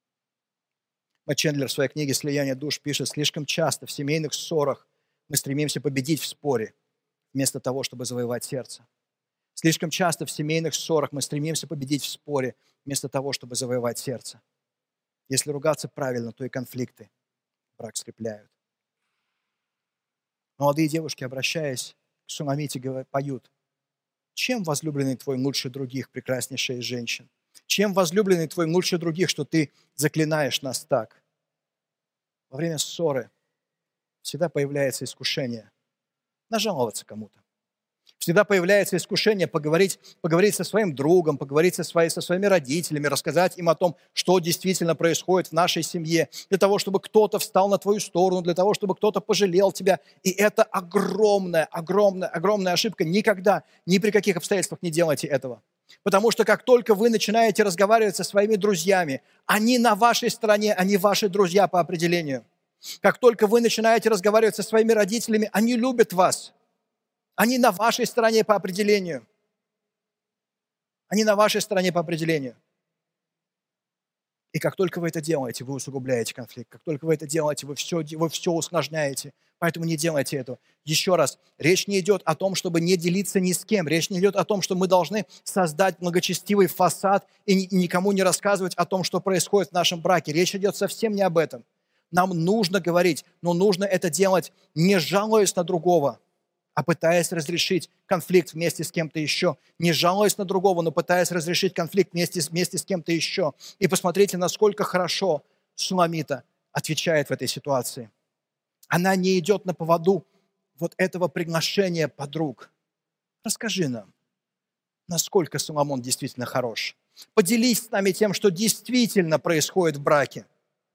B: Мэтт Чендлер в своей книге «Слияние душ» пишет: слишком часто в семейных ссорах мы стремимся победить в споре, вместо того, чтобы завоевать сердце. Слишком часто в семейных ссорах мы стремимся победить в споре, вместо того, чтобы завоевать сердце. Если ругаться правильно, то и конфликты брак скрепляют. Молодые девушки, обращаясь к Суламите, поют: чем возлюбленный твой лучше других, прекраснейшая из женщин? Чем возлюбленный твой лучше других, что ты заклинаешь нас так? Во время ссоры всегда появляется искушение нажаловаться кому-то. Всегда появляется искушение поговорить, поговорить со своим другом, поговорить со, своей, со своими родителями, рассказать им о том, что действительно происходит в нашей семье, для того, чтобы кто-то встал на твою сторону, для того, чтобы кто-то пожалел тебя. И это огромная, огромная, огромная ошибка. Никогда, ни при каких обстоятельствах не делайте этого. Потому что как только вы начинаете разговаривать со своими друзьями, они на вашей стороне, они ваши друзья по определению. Как только вы начинаете разговаривать со своими родителями, они любят вас. Они на вашей стороне по определению. Они на вашей стороне по определению. И как только вы это делаете, вы усугубляете конфликт. Как только вы это делаете, вы все, вы все усложняете. Поэтому не делайте этого. Еще раз, речь не идет о том, чтобы не делиться ни с кем. Речь не идет о том, что мы должны создать благочестивый фасад и никому не рассказывать о том, что происходит в нашем браке. Речь идет совсем не об этом. Нам нужно говорить, но нужно это делать, не жалуясь на другого, а пытаясь разрешить конфликт вместе с кем-то еще. Не жалуясь на другого, но пытаясь разрешить конфликт вместе, вместе с кем-то еще. И посмотрите, насколько хорошо Суламита отвечает в этой ситуации. Она не идет на поводу вот этого приглашения подруг. Расскажи нам, насколько Соломон действительно хорош. Поделись с нами тем, что действительно происходит в браке.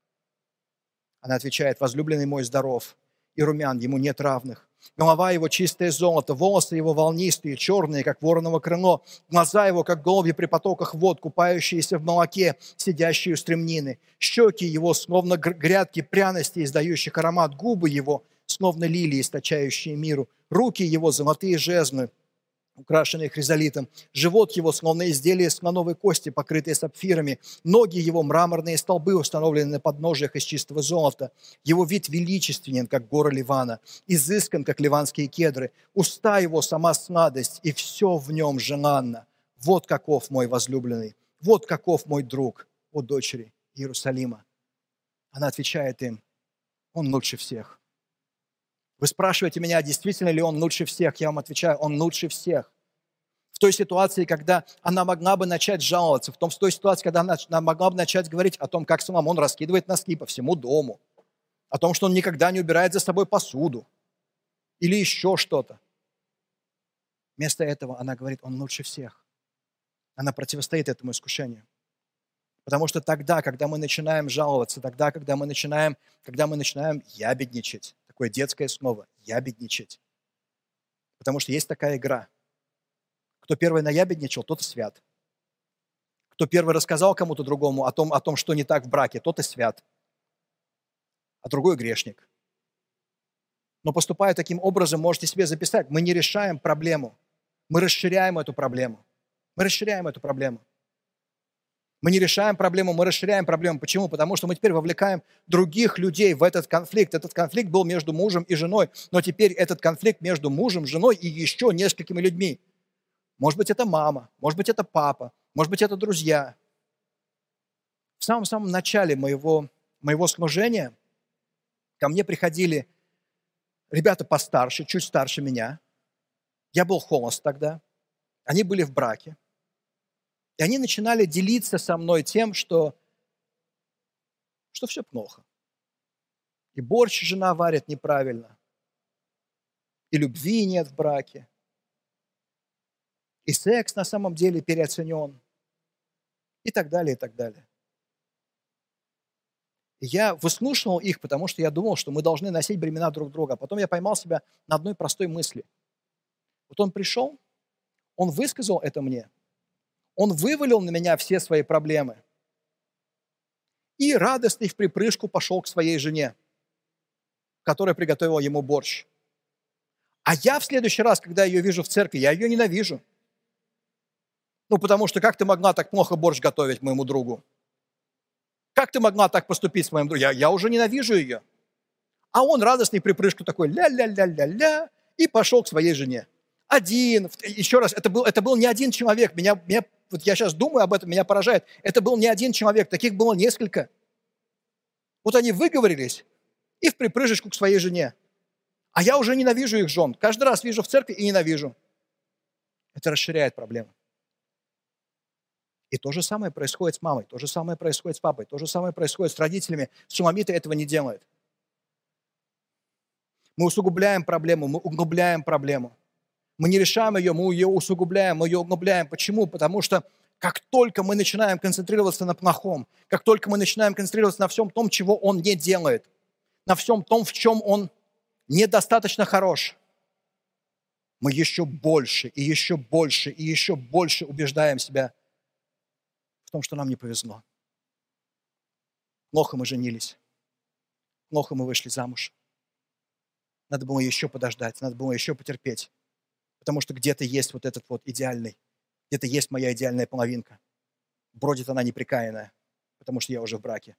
B: Она отвечает: возлюбленный мой здоров, и румян ему нет равных. Голова его чистое золото, волосы его волнистые, черные, как вороново крыло, глаза его, как голуби при потоках вод, купающиеся в молоке, сидящие у стремнины, щеки его, словно грядки пряностей, издающих аромат, губы его, словно лилии, источающие миру, руки его, золотые жезлы, украшенные хризолитом, живот его, словно изделие из слоновой кости, покрытые сапфирами, ноги его, мраморные столбы, установленные на подножиях из чистого золота, его вид величественен, как горы Ливана, изыскан, как ливанские кедры, уста его сама сладость, и все в нем желанно. Вот каков мой возлюбленный, вот каков мой друг, о дочери Иерусалима. Она отвечает им: он лучше всех. Вы спрашиваете меня, действительно ли он лучше всех? Я вам отвечаю: он лучше всех. В той ситуации, когда она могла бы начать жаловаться, в, том, в той ситуации, когда она, она могла бы начать говорить о том, как Соломон раскидывает носки по всему дому, о том, что он никогда не убирает за собой посуду или еще что-то. Вместо этого она говорит: он лучше всех. Она противостоит этому искушению. Потому что тогда, когда мы начинаем жаловаться, тогда, когда мы начинаем, когда мы начинаем ябедничать, такое детское слово, ябедничать. Потому что есть такая игра. Кто первый наябедничал, тот и свят. Кто первый рассказал кому-то другому о том, о том, что не так в браке, тот и свят. А другой грешник. Но поступая таким образом, можете себе записать, мы не решаем проблему. Мы расширяем эту проблему. Мы расширяем эту проблему. Мы не решаем проблему, мы расширяем проблему. Почему? Потому что мы теперь вовлекаем других людей в этот конфликт. Этот конфликт был между мужем и женой, но теперь этот конфликт между мужем, женой и еще несколькими людьми. Может быть, это мама, может быть, это папа, может быть, это друзья. В самом-самом начале моего, моего служения ко мне приходили ребята постарше, чуть старше меня. Я был холост тогда, они были в браке. И они начинали делиться со мной тем, что, что все плохо. И борщ жена варит неправильно, и любви нет в браке, и секс на самом деле переоценен, и так далее, и так далее. И я выслушивал их, потому что я думал, что мы должны носить бремена друг друга. А потом я поймал себя на одной простой мысли. Вот он пришел, он высказал это мне, он вывалил на меня все свои проблемы и радостный в припрыжку пошел к своей жене, которая приготовила ему борщ. А я в следующий раз, когда ее вижу в церкви, я ее ненавижу. Ну, потому что как ты могла так плохо борщ готовить моему другу? Как ты могла так поступить с моим другом? Я, я уже ненавижу ее. А он радостный в припрыжку такой ля-ля-ля-ля-ля и пошел к своей жене. Один, еще раз, это был, это был не один человек. Меня, меня, вот я сейчас думаю об этом, меня поражает. Это был не один человек, таких было несколько. Вот они выговорились и в припрыжечку к своей жене. А я уже ненавижу их жен. Каждый раз вижу в церкви и ненавижу. Это расширяет проблему. И то же самое происходит с мамой, то же самое происходит с папой, то же самое происходит с родителями. Суламита этого не делает. Мы усугубляем проблему, мы углубляем проблему. Мы не решаем ее, мы ее усугубляем, мы ее углубляем. Почему? Потому что как только мы начинаем концентрироваться на плохом, как только мы начинаем концентрироваться на всем том, чего он не делает, на всем том, в чем он недостаточно хорош, мы еще больше и еще больше и еще больше убеждаем себя в том, что нам не повезло. Плохо мы женились. плохо мы вышли замуж. Надо было еще подождать, надо было еще потерпеть. Потому что где-то есть вот этот вот идеальный, где-то есть моя идеальная половинка. Бродит она неприкаянная, потому что я уже в браке.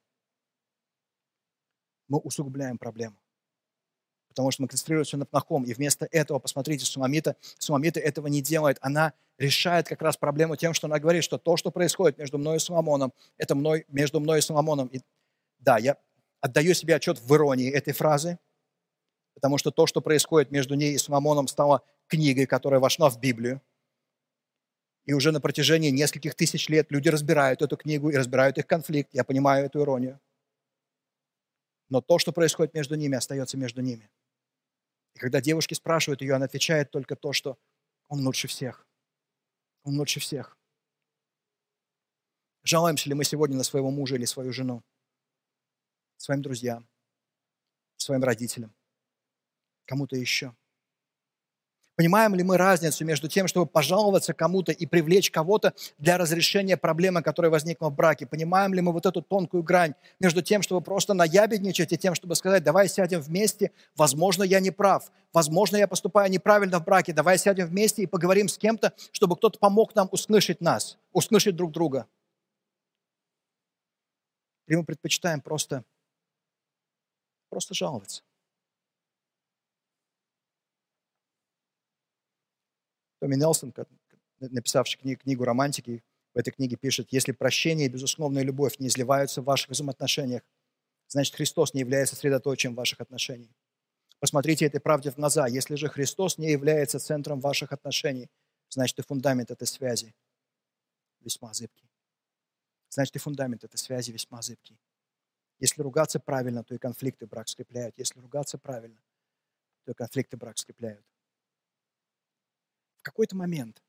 B: Мы усугубляем проблему. Потому что мы концентрируемся на плохом. И вместо этого, посмотрите, Суламита, Суламита этого не делает. Она решает как раз проблему тем, что она говорит, что то, что происходит между мной и Соломоном, это мной, между мной и Соломоном. И да, я отдаю себе отчет в иронии этой фразы, потому что то, что происходит между ней и Соломоном, стало книгой, которая вошла в Библию. И уже на протяжении нескольких тысяч лет люди разбирают эту книгу и разбирают их конфликт. Я понимаю эту иронию. Но то, что происходит между ними, остается между ними. И когда девушки спрашивают ее, она отвечает только то, что он лучше всех. Он лучше всех. Жалуемся ли мы сегодня на своего мужа или свою жену? Своим друзьям, своим родителям, кому-то еще? Понимаем ли мы разницу между тем, чтобы пожаловаться кому-то и привлечь кого-то для разрешения проблемы, которая возникла в браке? Понимаем ли мы вот эту тонкую грань между тем, чтобы просто наябедничать, и тем, чтобы сказать, давай сядем вместе, возможно, я не прав, возможно, я поступаю неправильно в браке, давай сядем вместе и поговорим с кем-то, чтобы кто-то помог нам услышать нас, услышать друг друга. Или мы предпочитаем просто, просто жаловаться? Томми Нелсон, написавший книгу «Романтики», в этой книге пишет, если прощение и безусловная любовь не изливаются в ваших взаимоотношениях, значит, Христос не является средоточием ваших отношений. Посмотрите этой правде в глаза. Если же Христос не является центром ваших отношений, значит, и фундамент этой связи весьма зыбкий. Значит, и фундамент этой связи весьма зыбкий. Если ругаться правильно, то и конфликты брак скрепляют. Если ругаться правильно, то и конфликты брак скрепляют. В какой-то момент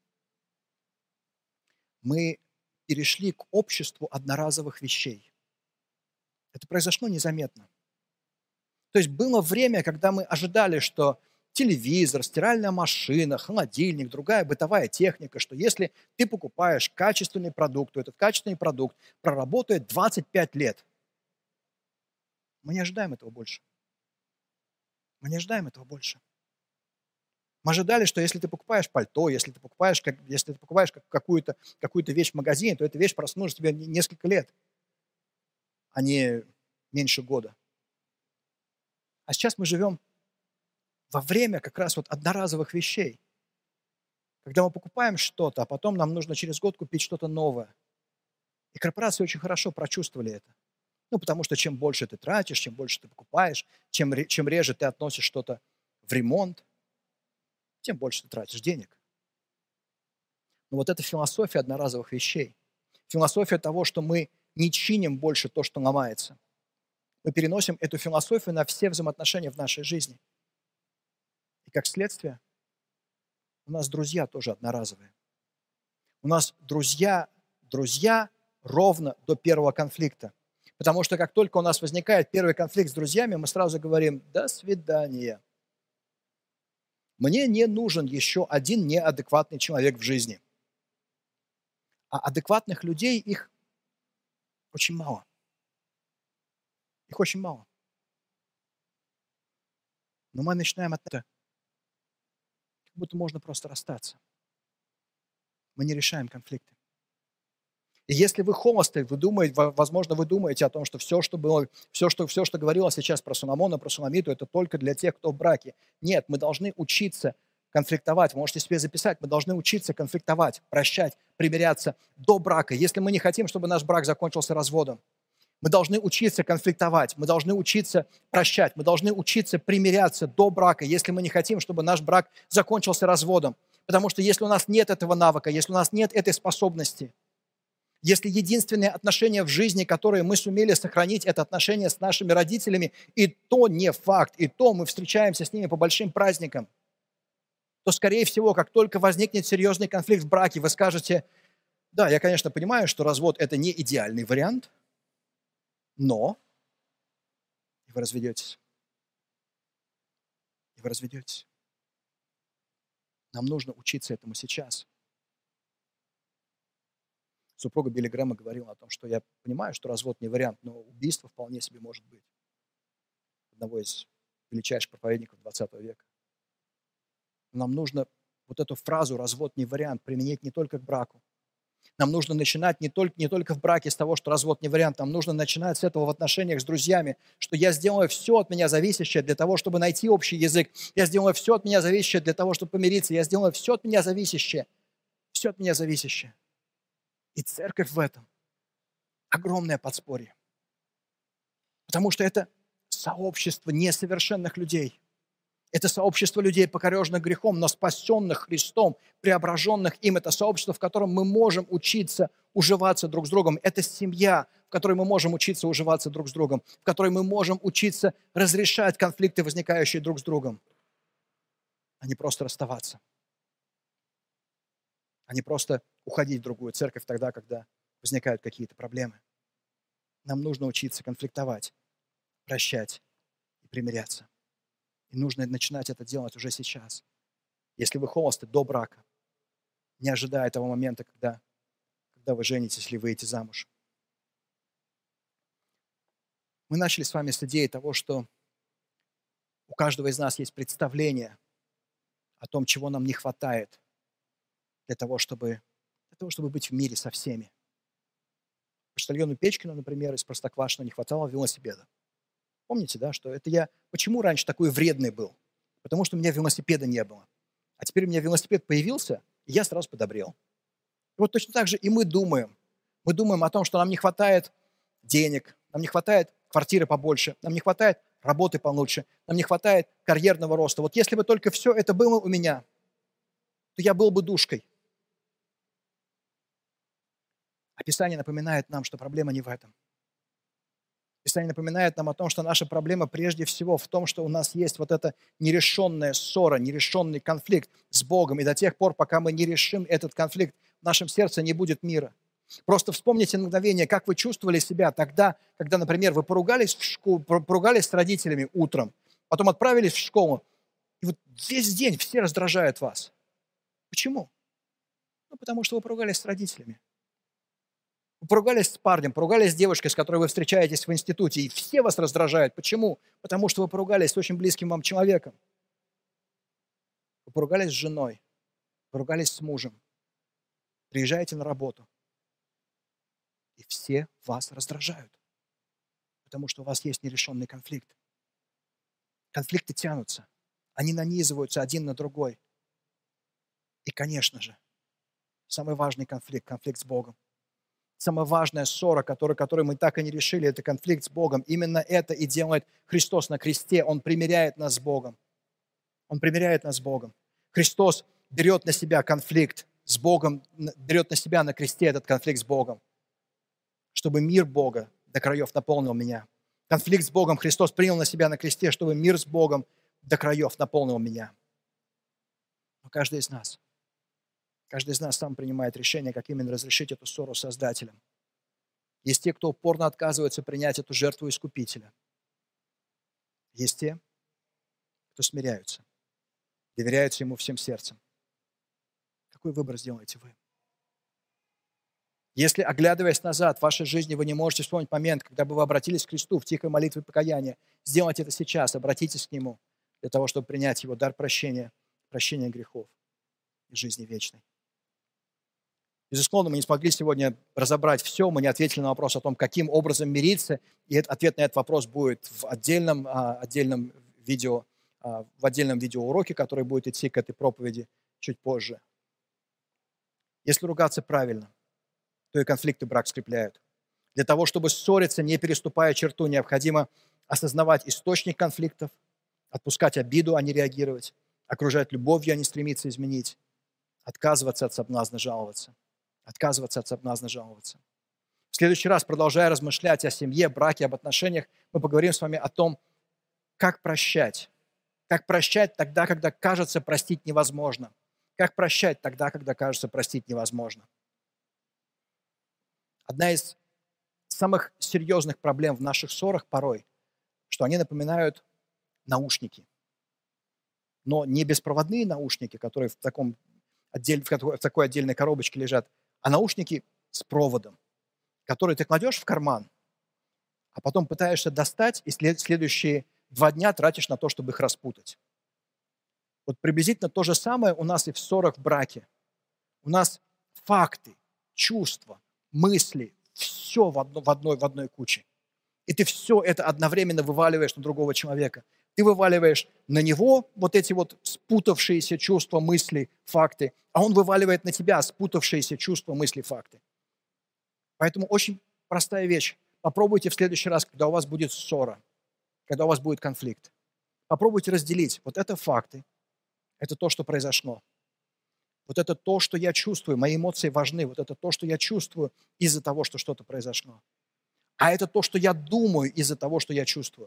B: мы перешли к обществу одноразовых вещей. Это произошло незаметно. То есть было время, когда мы ожидали, что телевизор, стиральная машина, холодильник, другая бытовая техника, что если ты покупаешь качественный продукт, то этот качественный продукт проработает двадцать пять лет. Мы не ожидаем этого больше. Мы не ожидаем этого больше. Мы ожидали, что если ты покупаешь пальто, если ты покупаешь, как, если ты покупаешь какую-то, какую-то вещь в магазине, то эта вещь прослужит тебе несколько лет, а не меньше года. А сейчас мы живем во время как раз вот одноразовых вещей. Когда мы покупаем что-то, а потом нам нужно через год купить что-то новое. И корпорации очень хорошо прочувствовали это. Ну, потому что чем больше ты тратишь, чем больше ты покупаешь, чем, чем реже ты относишь что-то в ремонт, тем больше ты тратишь денег. Но вот эта философия одноразовых вещей, философия того, что мы не чиним больше то, что ломается, мы переносим эту философию на все взаимоотношения в нашей жизни. И как следствие, у нас друзья тоже одноразовые. У нас друзья, друзья ровно до первого конфликта. Потому что как только у нас возникает первый конфликт с друзьями, мы сразу говорим «до свидания». Мне не нужен еще один неадекватный человек в жизни. А адекватных людей, их очень мало. Их очень мало. Но мы начинаем от этого, как будто можно просто расстаться. Мы не решаем конфликты. И если вы холосты, вы думаете, возможно, вы думаете о том, что все, что было, все, что, все, что говорилось сейчас про Соломона, про Суламиту, это только для тех, кто в браке. Нет, мы должны учиться конфликтовать. Вы можете себе записать, мы должны учиться конфликтовать, прощать, примиряться до брака. Если мы не хотим, чтобы наш брак закончился разводом, мы должны учиться конфликтовать, мы должны учиться прощать, мы должны учиться примиряться до брака, если мы не хотим, чтобы наш брак закончился разводом. Потому что если у нас нет этого навыка, если у нас нет этой способности, если единственное отношение в жизни, которое мы сумели сохранить, это отношение с нашими родителями, и то не факт, и то мы встречаемся с ними по большим праздникам, то, скорее всего, как только возникнет серьезный конфликт в браке, вы скажете, да, я, конечно, понимаю, что развод – это не идеальный вариант, но и вы разведетесь. И вы разведетесь. Нам нужно учиться этому сейчас. Супруга Билли Грэма говорила о том, что я понимаю, что развод не вариант, но убийство вполне себе может быть. одного из величайших проповедников двадцатого века. Нам нужно вот эту фразу «развод не вариант» применить не только к браку. Нам нужно начинать не только, не только в браке с того, что развод не вариант, нам нужно начинать с этого в отношениях с друзьями, что я сделаю все от меня зависящее для того, чтобы найти общий язык. Я сделаю все от меня зависящее для того, чтобы помириться. Я сделаю все от меня зависящее. Все от меня зависящее. И церковь в этом огромное подспорье. Потому что это сообщество несовершенных людей. Это сообщество людей, покореженных грехом, но спасенных Христом, преображенных им. Это сообщество, в котором мы можем учиться уживаться друг с другом. Это семья, в которой мы можем учиться уживаться друг с другом, в которой мы можем учиться разрешать конфликты, возникающие друг с другом, а не просто расставаться, а не просто уходить в другую церковь тогда, когда возникают какие-то проблемы. Нам нужно учиться конфликтовать, прощать и примиряться. И нужно начинать это делать уже сейчас. Если вы холосты, до брака, не ожидая того момента, когда, когда вы женитесь или выйдете замуж. Мы начали с вами с идеи того, что у каждого из нас есть представление о том, чего нам не хватает для того, чтобы, для того, чтобы быть в мире со всеми. Почтальону Печкину, например, из Простоквашино не хватало велосипеда. Помните, да, что это я... Почему раньше такой вредный был? Потому что у меня велосипеда не было. А теперь у меня велосипед появился, и я сразу подобрел. И вот точно так же и мы думаем. Мы думаем о том, что нам не хватает денег, нам не хватает квартиры побольше, нам не хватает работы получше, нам не хватает карьерного роста. Вот если бы только все это было у меня, то я был бы душкой. А Писание напоминает нам, что проблема не в этом. Писание напоминает нам о том, что наша проблема прежде всего в том, что у нас есть вот эта нерешенная ссора, нерешенный конфликт с Богом. И до тех пор, пока мы не решим этот конфликт, в нашем сердце не будет мира. Просто вспомните на мгновение, как вы чувствовали себя тогда, когда, например, вы поругались, в школу, поругались с родителями утром, потом отправились в школу, и вот весь день все раздражают вас. Почему? Ну, потому что вы поругались с родителями. Вы поругались с парнем, поругались с девушкой, с которой вы встречаетесь в институте, и все вас раздражают. Почему? Потому что вы поругались с очень близким вам человеком. Вы поругались с женой, поругались с мужем, приезжаете на работу, и все вас раздражают, потому что у вас есть нерешенный конфликт. Конфликты тянутся, они нанизываются один на другой. И, конечно же, самый важный конфликт, конфликт с Богом. Самая важная ссора, которую, которую мы так и не решили, это конфликт с Богом. Именно это и делает Христос на кресте. Он примиряет нас с Богом. Он примиряет нас с Богом. Христос берет на себя конфликт с Богом, берет на себя на кресте этот конфликт с Богом, чтобы мир Бога до краев наполнил меня. Конфликт с Богом Христос принял на себя на кресте, чтобы мир с Богом до краев наполнил меня. Но каждый из нас, каждый из нас сам принимает решение, как именно разрешить эту ссору с Создателем. Есть те, кто упорно отказывается принять эту жертву Искупителя. Есть те, кто смиряются, доверяются Ему всем сердцем. Какой выбор сделаете вы? Если, оглядываясь назад в вашей жизни, вы не можете вспомнить момент, когда бы вы обратились к Христу в тихой молитве покаяния, сделайте это сейчас, обратитесь к Нему для того, чтобы принять Его дар прощения, прощения грехов и жизни вечной. Безусловно, мы не смогли сегодня разобрать все, мы не ответили на вопрос о том, каким образом мириться, и ответ на этот вопрос будет в отдельном, отдельном видео, в отдельном видеоуроке, который будет идти к этой проповеди чуть позже. Если ругаться правильно, то и конфликты брак скрепляют. Для того, чтобы ссориться, не переступая черту, необходимо осознавать источник конфликтов, отпускать обиду, а не реагировать, окружать любовью, а не стремиться изменить, отказываться от соблазна жаловаться, отказываться от соблазна жаловаться. В следующий раз, продолжая размышлять о семье, браке, об отношениях, мы поговорим с вами о том, как прощать. Как прощать тогда, когда кажется простить невозможно. Как прощать тогда, когда кажется простить невозможно. Одна из самых серьезных проблем в наших ссорах порой, что они напоминают наушники. Но не беспроводные наушники, которые в, таком отдель, в такой отдельной коробочке лежат, а наушники с проводом, которые ты кладешь в карман, а потом пытаешься достать, и след, следующие два дня тратишь на то, чтобы их распутать. Вот приблизительно то же самое у нас и в ссорах в браке. У нас факты, чувства, мысли, все в, одно, в, одной, в одной куче. И ты все это одновременно вываливаешь на другого человека. Ты вываливаешь на него вот эти вот спутавшиеся чувства, мысли, факты, а он вываливает на тебя спутавшиеся чувства, мысли, факты. Поэтому очень простая вещь. Попробуйте в следующий раз, когда у вас будет ссора, когда у вас будет конфликт, попробуйте разделить. Вот это факты, это то, что произошло. Вот это то, что я чувствую, мои эмоции важны. Вот это то, что я чувствую из-за того, что что-то произошло. А это то, что я думаю из-за того, что я чувствую.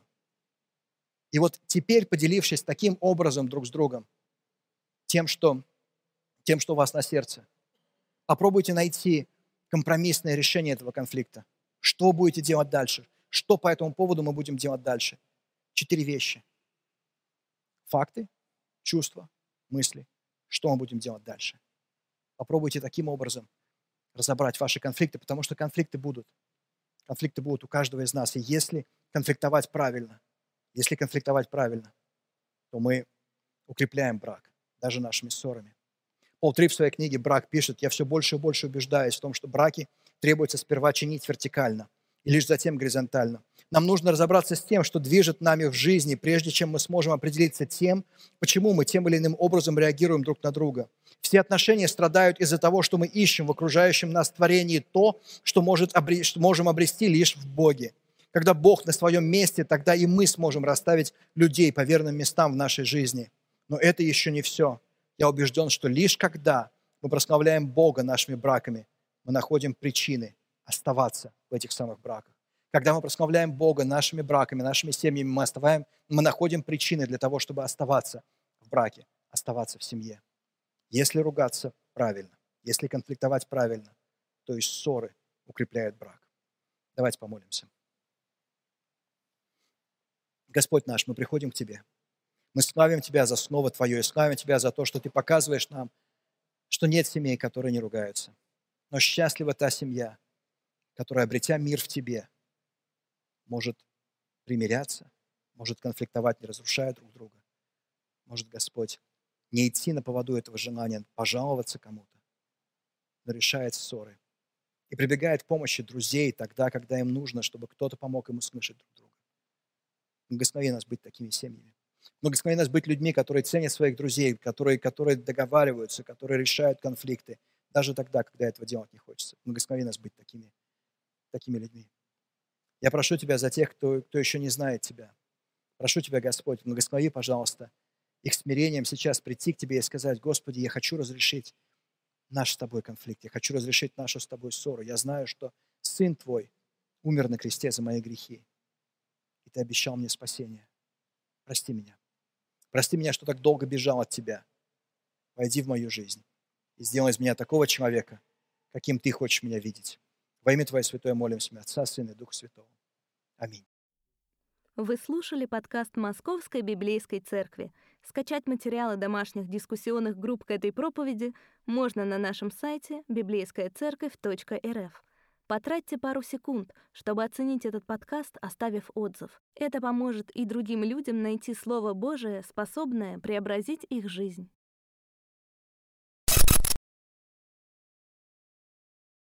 B: И вот теперь, поделившись таким образом друг с другом, тем, что, тем, что у вас на сердце, попробуйте найти компромиссное решение этого конфликта. Что будете делать дальше? Что по этому поводу мы будем делать дальше? Четыре вещи. Факты, чувства, мысли. Что мы будем делать дальше? Попробуйте таким образом разобрать ваши конфликты, потому что конфликты будут. Конфликты будут у каждого из нас. И если конфликтовать правильно, если конфликтовать правильно, то мы укрепляем брак, даже нашими ссорами. Пол Трипп в своей книге «Брак» пишет: «Я все больше и больше убеждаюсь в том, что браки требуется сперва чинить вертикально и лишь затем горизонтально. Нам нужно разобраться с тем, что движет нами в жизни, прежде чем мы сможем определиться тем, почему мы тем или иным образом реагируем друг на друга. Все отношения страдают из-за того, что мы ищем в окружающем нас творении то, что, может обре... что можем обрести лишь в Боге. Когда Бог на своем месте, тогда и мы сможем расставить людей по верным местам в нашей жизни. Но это еще не все. Я убежден, что лишь когда мы прославляем Бога нашими браками, мы находим причины оставаться в этих самых браках. Когда мы прославляем Бога нашими браками, нашими семьями, мы, оставаем, мы находим причины для того, чтобы оставаться в браке, оставаться в семье. Если ругаться правильно, если конфликтовать правильно, то и ссоры укрепляют брак. Давайте помолимся. Господь наш, мы приходим к Тебе. Мы славим Тебя за Слово Твое и славим Тебя за то, что Ты показываешь нам, что нет семей, которые не ругаются. Но счастлива та семья, которая, обретя мир в Тебе, может примиряться, может конфликтовать, не разрушая друг друга. Может, Господь, не идти на поводу этого желания, пожаловаться кому-то, но решает ссоры и прибегает к помощи друзей тогда, когда им нужно, чтобы кто-то помог им услышать друг друга. Благослови нас быть такими семьями. Благослови нас быть людьми, которые ценят своих друзей, которые, которые договариваются, которые решают конфликты, даже тогда, когда этого делать не хочется. Благослови нас быть такими, такими людьми. Я прошу Тебя за тех, кто, кто еще не знает Тебя. Прошу Тебя, Господь, благослови, пожалуйста, их смирением сейчас прийти к Тебе и сказать: Господи, я хочу разрешить наш с Тобой конфликт, я хочу разрешить нашу с Тобой ссору. Я знаю, что Сын Твой умер на кресте за мои грехи, и Ты обещал мне спасение. Прости меня. Прости меня, что так долго бежал от Тебя. Войди в мою жизнь и сделай из меня такого человека, каким Ты хочешь меня видеть. Во имя Твое святое молимся, Отца, Сына и Духа Святого. Аминь.
A: Вы слушали подкаст Московской Библейской Церкви. Скачать материалы домашних дискуссионных групп к этой проповеди можно на нашем сайте библейская церковь точка эр эф. Потратьте пару секунд, чтобы оценить этот подкаст, оставив отзыв. Это поможет и другим людям найти Слово Божие, способное преобразить их жизнь.